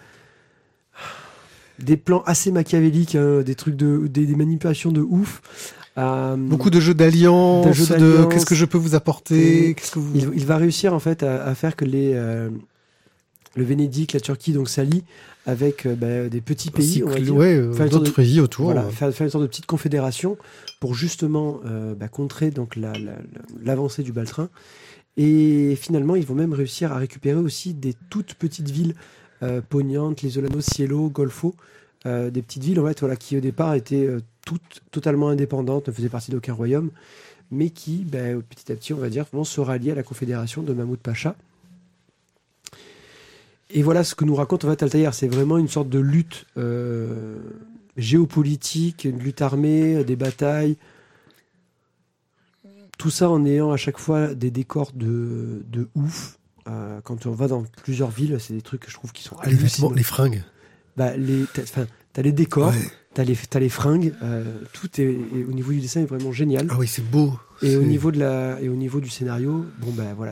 plans assez machiavéliques, hein, des trucs des manipulations de ouf.
Beaucoup de jeux d'alliance,
d'alliance.
qu'est-ce que je peux vous apporter, qu'est-ce que vous...
Il va réussir en fait à faire que le Vénédic, la Turquie, donc s'allient avec des petits pays, on va dire. Faire une sorte
d'autres pays autour.
Voilà, faire une sorte de petite confédération pour justement contrer donc l'avancée du Baltrin. Et finalement, ils vont même réussir à récupérer aussi des toutes petites villes Pognante, Les Olanos, Cielo, Golfo, des petites villes en fait, voilà, qui au départ étaient toutes totalement indépendantes, ne faisaient partie d'aucun royaume, mais qui petit à petit, on va dire, vont se rallier à la confédération de Mahmoud Pacha. Et voilà ce que nous raconte en fait Altaïr, c'est vraiment une sorte de lutte géopolitique, une lutte armée, des batailles. Tout ça en ayant à chaque fois des décors de ouf. Quand on va dans plusieurs villes, c'est des trucs que je trouve qui sont
Les vêtements,
hallucinants.
les fringues.
T'as les décors,
Ouais.
t'as les fringues, tout est au niveau du dessin est vraiment génial.
Ah oui, c'est beau.
Et au niveau du scénario, voilà,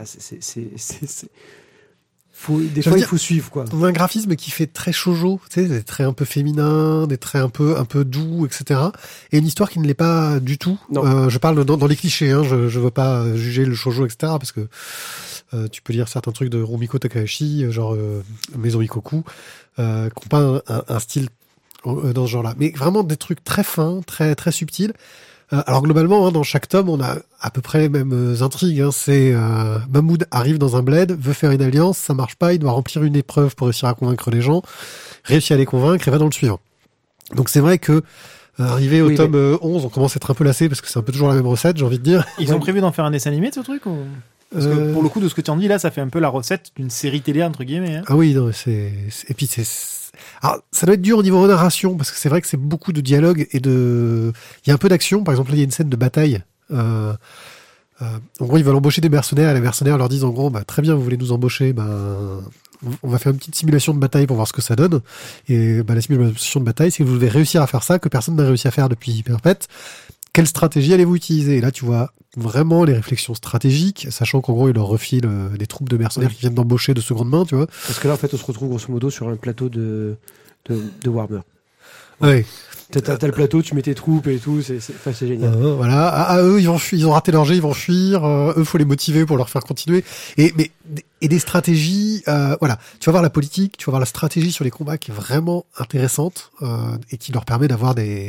des fois il faut suivre quoi.
On a un graphisme qui fait très shoujo, tu sais, des traits un peu féminins, des traits un peu doux, etc. Et une histoire qui ne l'est pas du tout.
Non.
Je parle dans les clichés, hein, je veux pas juger le shoujo, etc. Parce que tu peux lire certains trucs de Rumiko Takahashi, genre Maison Ikoku, qui n'ont pas un style dans ce genre-là. Mais vraiment des trucs très fins, très très subtils. Alors globalement, hein, dans chaque tome, on a à peu près les mêmes intrigues. Hein. C'est Mahmoud arrive dans un bled, veut faire une alliance, ça marche pas, il doit remplir une épreuve pour réussir à convaincre les gens, réussit à les convaincre et va dans le suivant. Donc c'est vrai que arrivé au tome 11, on commence à être un peu lassé parce que c'est un peu toujours la même recette, j'ai envie de dire.
Ils ont prévu d'en faire un dessin animé de ce truc ou... Parce que pour le coup, de ce que tu en dis là, ça fait un peu la recette d'une série télé entre guillemets. Hein.
Ah oui, non, et puis alors, ça doit être dur au niveau narration, parce que c'est vrai que c'est beaucoup de dialogue et il y a un peu d'action. Par exemple, là, il y a une scène de bataille. En gros, ils veulent embaucher des mercenaires, et les mercenaires leur disent, en gros, très bien, vous voulez nous embaucher, on va faire une petite simulation de bataille pour voir ce que ça donne. Et la simulation de bataille, c'est que vous devez réussir à faire ça, que personne n'a réussi à faire depuis Perpète. Quelle stratégie allez-vous utiliser? Et là, tu vois vraiment les réflexions stratégiques, sachant qu'en gros, ils leur refilent des troupes de mercenaires qui viennent d'embaucher de seconde main, tu vois.
Parce que là, en fait, on se retrouve grosso modo sur un plateau de Warhammer.
Ouais.
T'as le plateau, tu mets tes troupes et tout, c'est génial.
Voilà. Eux, ils ont raté leur jet, ils vont fuir. Eux, faut les motiver pour leur faire continuer. Et des stratégies, voilà. Tu vas voir la politique, tu vas voir la stratégie sur les combats qui est vraiment intéressante et qui leur permet d'avoir des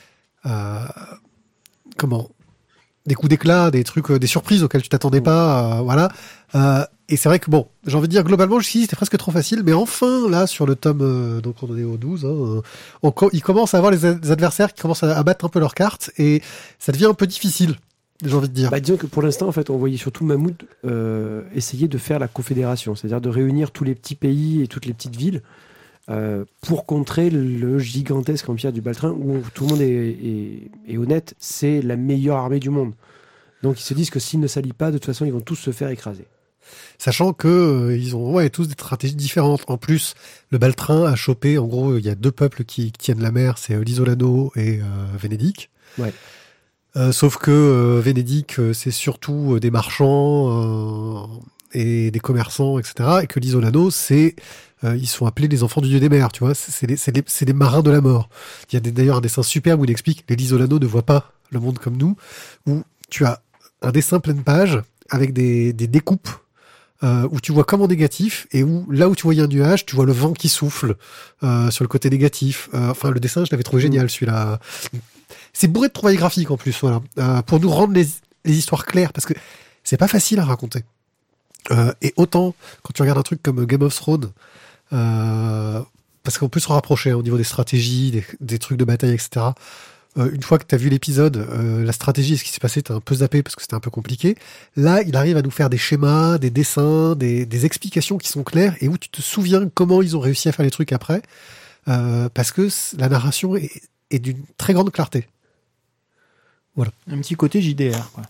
coups d'éclat, des trucs, des surprises auxquelles tu t'attendais pas, voilà. Et c'est vrai que bon, j'ai envie de dire globalement jusqu'ici c'était presque trop facile, mais enfin là sur le tome, donc on est au 12, hein, il commence à avoir les adversaires qui commencent à battre un peu leurs cartes et ça devient un peu difficile, j'ai envie de dire.
Disons que pour l'instant en fait on voyait surtout Mahmoud essayer de faire la confédération, c'est-à-dire de réunir tous les petits pays et toutes les petites villes pour contrer le gigantesque empire du Baltrin où tout le monde est honnête, c'est la meilleure armée du monde. Donc ils se disent que s'ils ne s'allient pas, de toute façon ils vont tous se faire écraser.
Sachant que ils ont tous des stratégies différentes. En plus, le Baltrin a chopé, en gros, il y a deux peuples qui tiennent la mer, c'est l'Isolano et Vénédic.
Ouais.
Sauf que Vénédic, c'est surtout des marchands et des commerçants, etc. Et que l'Isolano, ils sont appelés les enfants du dieu des mers, tu vois. C'est des marins de la mort. Il y a d'ailleurs un dessin superbe où il explique que les Isolano ne voient pas le monde comme nous, où tu as un dessin pleine page avec des découpes où tu vois comme en négatif et où là où tu voyais un nuage, tu vois le vent qui souffle sur le côté négatif. Enfin, le dessin, je l'avais trouvé génial, celui-là. C'est bourré de trouvailles graphiques en plus, voilà, pour nous rendre les histoires claires, parce que c'est pas facile à raconter. Et autant quand tu regardes un truc comme Game of Thrones, parce qu'on peut se rapprocher au niveau des stratégies, des trucs de bataille, etc. Une fois que tu as vu l'épisode, la stratégie et ce qui s'est passé, t'as un peu zappé parce que c'était un peu compliqué. Là, il arrive à nous faire des schémas, des dessins, des explications qui sont claires et où tu te souviens comment ils ont réussi à faire les trucs après, parce que la narration est d'une très grande clarté. Voilà.
Un petit côté JDR, quoi.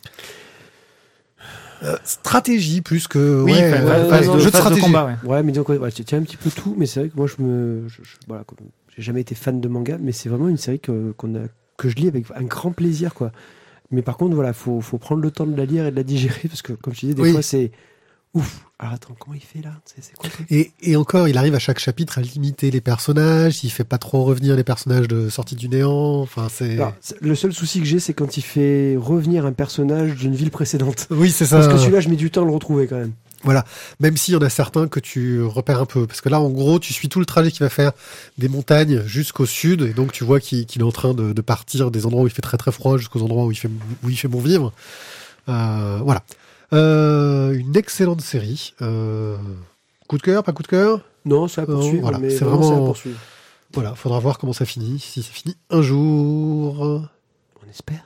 Stratégie plus que
Oui,
jeu de stratégie.
combat, ouais.
Ouais, mais disons quoi, ouais, tiens un petit peu tout, mais c'est vrai que moi voilà, j'ai jamais été fan de manga, mais c'est vraiment une série que je lis avec un grand plaisir, quoi. Mais par contre, voilà, faut prendre le temps de la lire et de la digérer, parce que comme je disais, des fois c'est ouf. Alors attends, comment il fait là ? C'est quoi le truc ?
Et encore, il arrive à chaque chapitre à limiter les personnages, il fait pas trop revenir les personnages de sortie du néant, enfin
Alors, le seul souci que j'ai, c'est quand il fait revenir un personnage d'une ville précédente.
Oui, c'est ça.
Parce que celui-là, je mets du temps à le retrouver quand même.
Voilà, même s'il y en a certains que tu repères un peu, parce que là, en gros, tu suis tout le trajet qu'il va faire des montagnes jusqu'au sud, et donc tu vois qu'il est en train de partir des endroits où il fait très très froid jusqu'aux endroits où il fait bon vivre. Voilà. Une excellente série. Coup de cœur, pas coup de cœur ?
Non, c'est à poursuivre,
voilà,
mais
c'est
vraiment,
vraiment
c'est à poursuivre.
Voilà, faudra voir comment ça finit, si ça finit un jour.
On espère.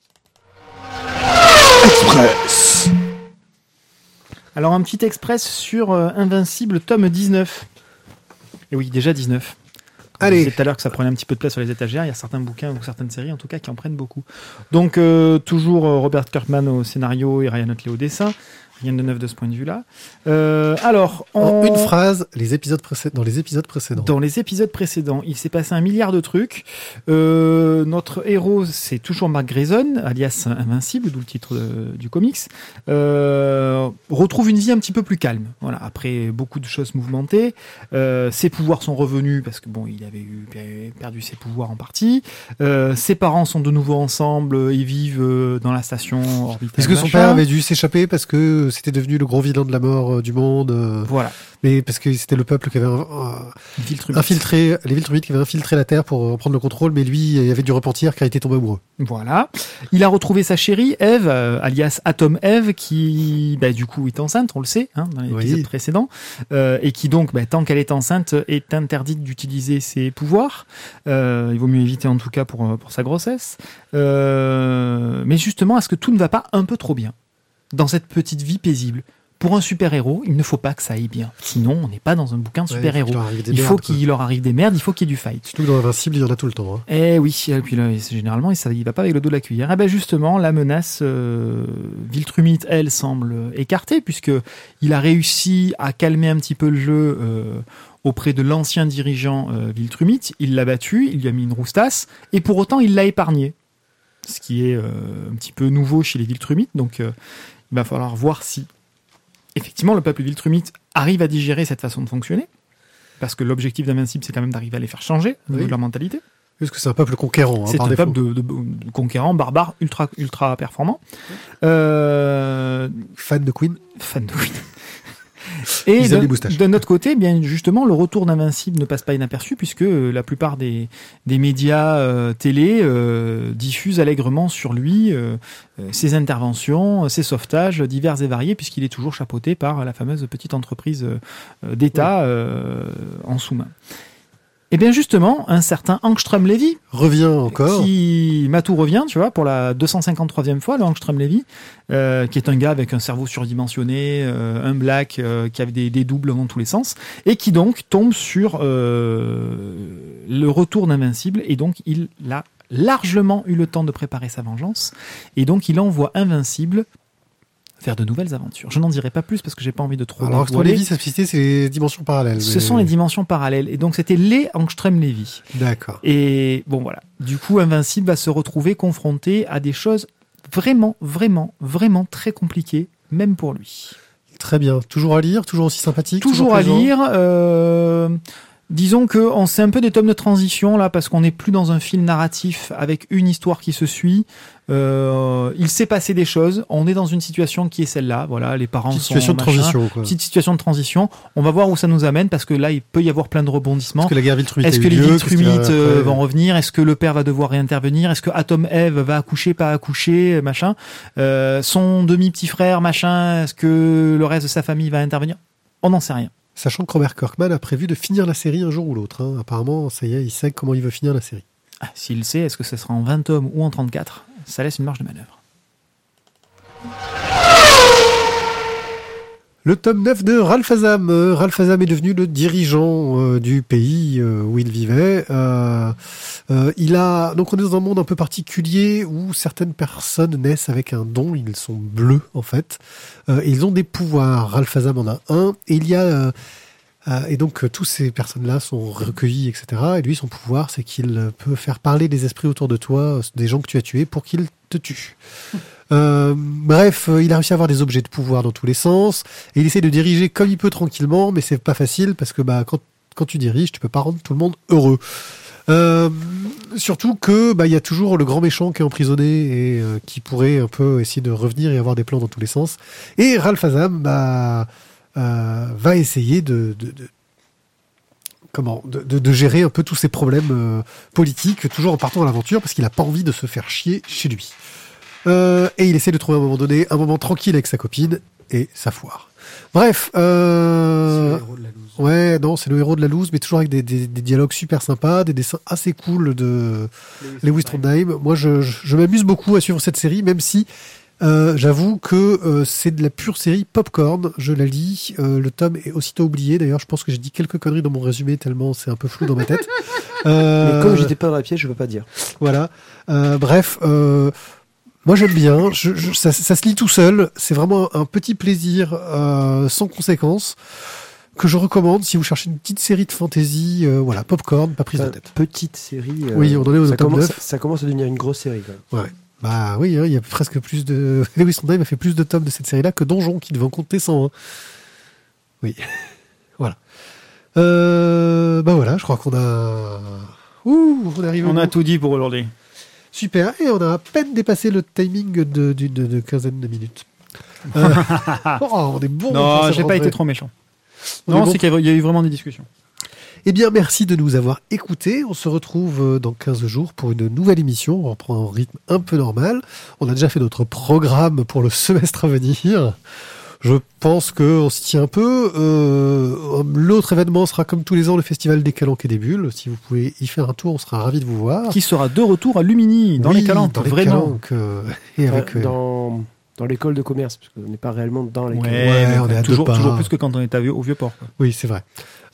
Express.
Alors un petit express sur Invincible, tome 19. Et oui, déjà 19.
Allez.
Je disais tout à l'heure que ça prenait un petit peu de place sur les étagères. Il y a certains bouquins ou certaines séries, en tout cas, qui en prennent beaucoup. Donc, toujours Robert Kirkman au scénario et Ryan Otley au dessin. Rien de neuf de ce point de vue-là. Alors,
En une phrase, dans les épisodes précédents.
Dans les épisodes précédents, il s'est passé un milliard de trucs. Notre héros, c'est toujours Mark Grayson, alias Invincible, d'où le titre du comics. Retrouve une vie un petit peu plus calme. Voilà, après beaucoup de choses mouvementées, ses pouvoirs sont revenus parce que bon, il avait perdu ses pouvoirs en partie. Ses parents sont de nouveau ensemble, ils vivent dans la station orbitale.
Est-ce que son père avait dû s'échapper parce que c'était devenu le gros vilain de la mort du monde
Voilà.
Mais parce que c'était le peuple qui avait infiltré, les Viltrumites qui avaient infiltré la Terre pour en prendre le contrôle, mais lui, il avait dû repentir car il était tombé amoureux.
Voilà. Il a retrouvé sa chérie, Eve, alias Atom Eve, qui, du coup, est enceinte, on le sait, hein, dans l'épisode précédent, et qui donc, tant qu'elle est enceinte, est interdite d'utiliser ses pouvoirs. Il vaut mieux éviter, en tout cas, pour sa grossesse. Mais justement, est-ce que tout ne va pas un peu trop bien dans cette petite vie paisible? Pour un super-héros, il ne faut pas que ça aille bien. Sinon, on n'est pas dans un bouquin de super-héros. Il faut qu'il leur arrive des merdes, il faut qu'il y ait du fight.
Surtout que dans Invincible, il y en a tout le temps. Hein.
Eh oui, et puis là, généralement, il va pas avec le dos de la cuillère. Justement, la menace Viltrumite, elle, semble écartée, puisqu'il a réussi à calmer un petit peu le jeu auprès de l'ancien dirigeant Viltrumite. Il l'a battu, il lui a mis une roustasse, et pour autant, il l'a épargné. Ce qui est un petit peu nouveau chez les Viltrumites, donc il va falloir voir si effectivement, le peuple Viltrumite arrive à digérer cette façon de fonctionner, parce que l'objectif d'Invincible, c'est quand même d'arriver à les faire changer de leur mentalité.
Parce que c'est un peuple conquérant.
C'est un peuple de conquérants, barbares, ultra performants.
Fan de Queen.
Et d'un autre côté, bien justement, le retour d'Invincible ne passe pas inaperçu, puisque la plupart des médias télé diffusent allègrement sur lui ses interventions, ses sauvetages divers et variés, puisqu'il est toujours chapeauté par la fameuse petite entreprise d'État en sous-main. Et bien justement, un certain Angstrom-Levy
revient encore.
Matou revient, tu vois, pour la 253e fois, le Angstrom-Levy, qui est un gars avec un cerveau surdimensionné, un black, qui avait des doubles dans tous les sens, et qui donc tombe sur le retour d'Invincible, et donc il a largement eu le temps de préparer sa vengeance, et donc il envoie Invincible faire de nouvelles aventures. Je n'en dirai pas plus parce que j'ai pas envie de trop.
Alors Angstrom-Levy, ça c'est les dimensions parallèles.
Ce sont les dimensions parallèles, et donc c'était les Angstrom-Levy.
D'accord.
Et bon voilà. Du coup, Invincible va se retrouver confronté à des choses vraiment très compliquées, même pour lui.
Très bien. Toujours à lire, toujours aussi sympathique.
Toujours à lire. Disons que c'est un peu des tomes de transition là parce qu'on n'est plus dans un fil narratif avec une histoire qui se suit. Il s'est passé des choses. On est dans une situation qui est celle-là. Voilà, les parents
Petite
sont
situation de transition, quoi.
Petite situation de transition. On va voir où ça nous amène parce que là, il peut y avoir plein de rebondissements.
Est-ce que la guerre Viltrumite
Est-ce
a
que
eu
les
lieu?
Viltrumites vont revenir? Est-ce que le père va devoir réintervenir? Est-ce que Atom Eve va accoucher, pas accoucher, machin? Son demi-petit frère, machin. Est-ce que le reste de sa famille va intervenir? On n'en sait rien.
Sachant que Robert Kirkman a prévu de finir la série un jour ou l'autre. Hein. Apparemment, ça y est, il sait comment il veut finir la série.
Ah, s'il sait, est-ce que ce sera en 20 tomes ou en 34? Ça laisse une marge de manœuvre.
Le tome 9 de Ralph Azam. Ralph Azam est devenu le dirigeant du pays où il vivait. Donc on est dans un monde un peu particulier où certaines personnes naissent avec un don. Ils sont bleus, en fait. Ils ont des pouvoirs. Ralph Azam en a un. Et il y a... et donc, toutes ces personnes-là sont recueillies, etc. Et lui, son pouvoir, c'est qu'il peut faire parler des esprits autour de toi, des gens que tu as tués, pour qu'ils te tuent. Bref, il a réussi à avoir des objets de pouvoir dans tous les sens. Et il essaie de diriger comme il peut tranquillement, mais c'est pas facile, parce que quand tu diriges, tu peux pas rendre tout le monde heureux. Surtout que il y a toujours le grand méchant qui est emprisonné et qui pourrait un peu essayer de revenir et avoir des plans dans tous les sens. Et Ralph Azam, va essayer de gérer un peu tous ces problèmes politiques, toujours en partant à l'aventure, parce qu'il n'a pas envie de se faire chier chez lui. Et il essaie de trouver à un moment donné un moment tranquille avec sa copine, et ça foire. Bref.
C'est le héros de la loose.
Ouais, non, c'est le héros de la loose, mais toujours avec des dialogues super sympas, des dessins assez cool de Lewis Trondheim. Moi, je m'amuse beaucoup à suivre cette série, même si j'avoue que c'est de la pure série popcorn. Je la lis, le tome est aussitôt oublié. D'ailleurs, je pense que j'ai dit quelques conneries dans mon résumé tellement c'est un peu flou dans ma tête.
Mais comme j'étais pas dans la pièce, je peux pas dire.
Voilà. Bref, moi j'aime bien. Ça se lit tout seul. C'est vraiment un petit plaisir sans conséquence que je recommande si vous cherchez une petite série de fantasy. Voilà, popcorn, pas prise de tête.
Petite série.
Oui, on en est au tome 9.
Ça commence à devenir une grosse série quand même.
Ouais. Bah oui, il y a presque plus de... Lewis Trondheim a fait plus de tomes de cette série-là que Donjon, qui devait en compter 100. Oui. Voilà. Voilà, je crois qu'on a... on est arrivé au
On a
bout.
tout dit pour aujourd'hui.
Super, et on a à peine dépassé le timing d'une quinzaine de minutes. On est bon.
Non, j'ai pas été trop méchant. Non, c'est qu'il y a eu vraiment des discussions.
Eh bien, merci de nous avoir écoutés. On se retrouve dans 15 jours pour une nouvelle émission. On reprend un rythme un peu normal. On a déjà fait notre programme pour le semestre à venir. Je pense qu'on s'y tient un peu. L'autre événement sera, comme tous les ans, le Festival des Calanques et des Bulles. Si vous pouvez y faire un tour, on sera ravis de vous voir.
Qui sera de retour à Lumini, dans les Calanques,
dans les
vraiment.
Calanques, et avec,
dans l'école de commerce, parce qu'on n'est pas réellement dans l'école.
Ouais, mais on est à
toujours
deux pas.
plus que quand on est au Vieux-Port. Quoi.
Oui, c'est vrai.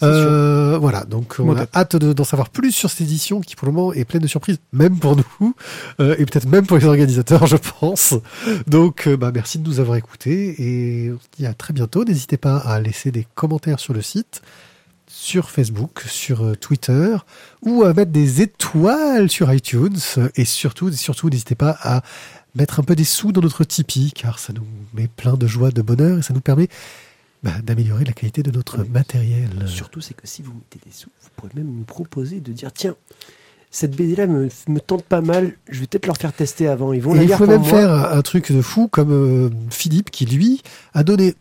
Voilà, donc on a hâte d'en savoir plus sur cette édition qui pour le moment est pleine de surprises, même pour nous, et peut-être même pour les organisateurs, je pense. Donc merci de nous avoir écoutés et on se dit à très bientôt. N'hésitez pas à laisser des commentaires sur le site, sur Facebook, sur Twitter, ou à mettre des étoiles sur iTunes, et surtout, n'hésitez pas à mettre un peu des sous dans notre Tipeee, car ça nous met plein de joie, de bonheur, et ça nous permet d'améliorer la qualité de notre matériel.
Surtout, c'est que si vous mettez des sous, vous pourrez même nous proposer de dire tiens, cette BD-là me tente pas mal, je vais peut-être leur faire tester avant. Ils vont la lire pour moi. Il faut même
faire un truc de fou comme Philippe qui, lui, a donné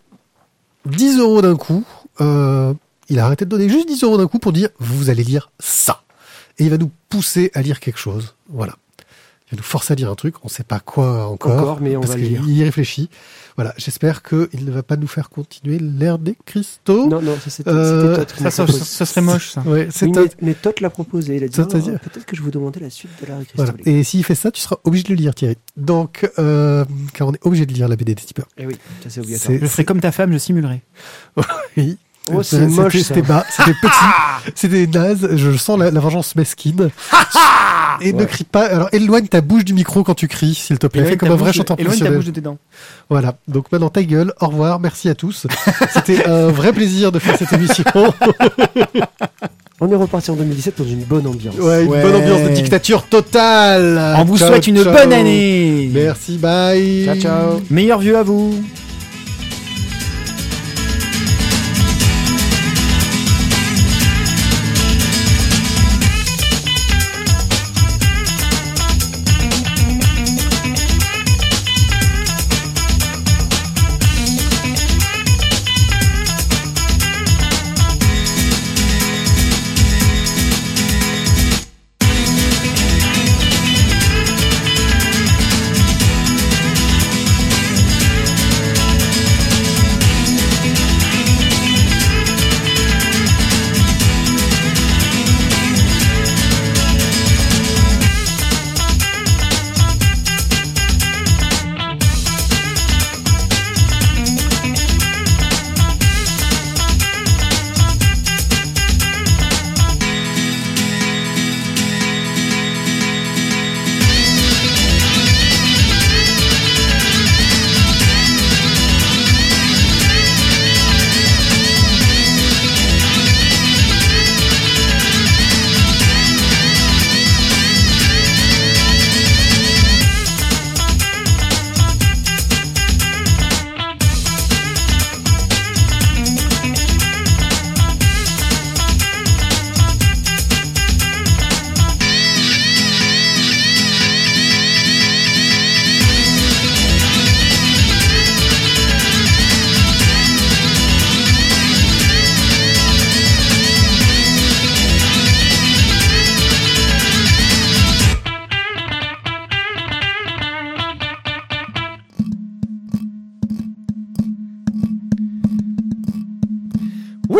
10 € d'un coup. Il a arrêté de donner juste 10 € d'un coup pour dire vous allez lire ça. Et il va nous pousser à lire quelque chose. Voilà. Il va nous forcer à lire un truc, on ne sait pas quoi encore
mais on va le lire.
Il y réfléchit. Voilà, j'espère qu'il ne va pas nous faire continuer l'ère des cristaux.
Non, c'était Todd.
Ça serait moche, ça.
Ouais,
mais Todd l'a proposé. Il a dit peut-être que je vous demandais la suite de l'ère des cristaux.
Voilà. Et s'il fait ça, tu seras obligé de le lire, Thierry. Donc, car on est obligé de lire la BD des tipeurs.
Eh oui, ça c'est obligatoire.
Je ferai comme ta femme, je simulerai.
Oui.
Oh, c'est moche.
C'était bas, c'était petit, c'était naze. Je sens la vengeance mesquine. Et ne crie pas. Alors, éloigne ta bouche du micro quand tu cries, s'il te plaît. Fais comme un vrai chanteur professionnel.
Éloigne ta bouche de tes dents.
Voilà. Donc maintenant, ta gueule. Au revoir. Merci à tous. C'était un vrai plaisir de faire cette émission.
On est reparti en 2017 dans une bonne ambiance.
Ouais, une bonne ambiance de dictature totale.
On vous souhaite une bonne année.
Merci, bye.
Ciao, ciao.
Meilleurs vœux à vous.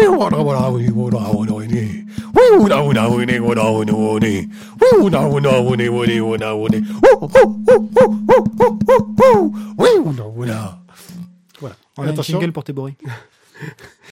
Voilà.
On a un
Attention.
jingle pour Tébori.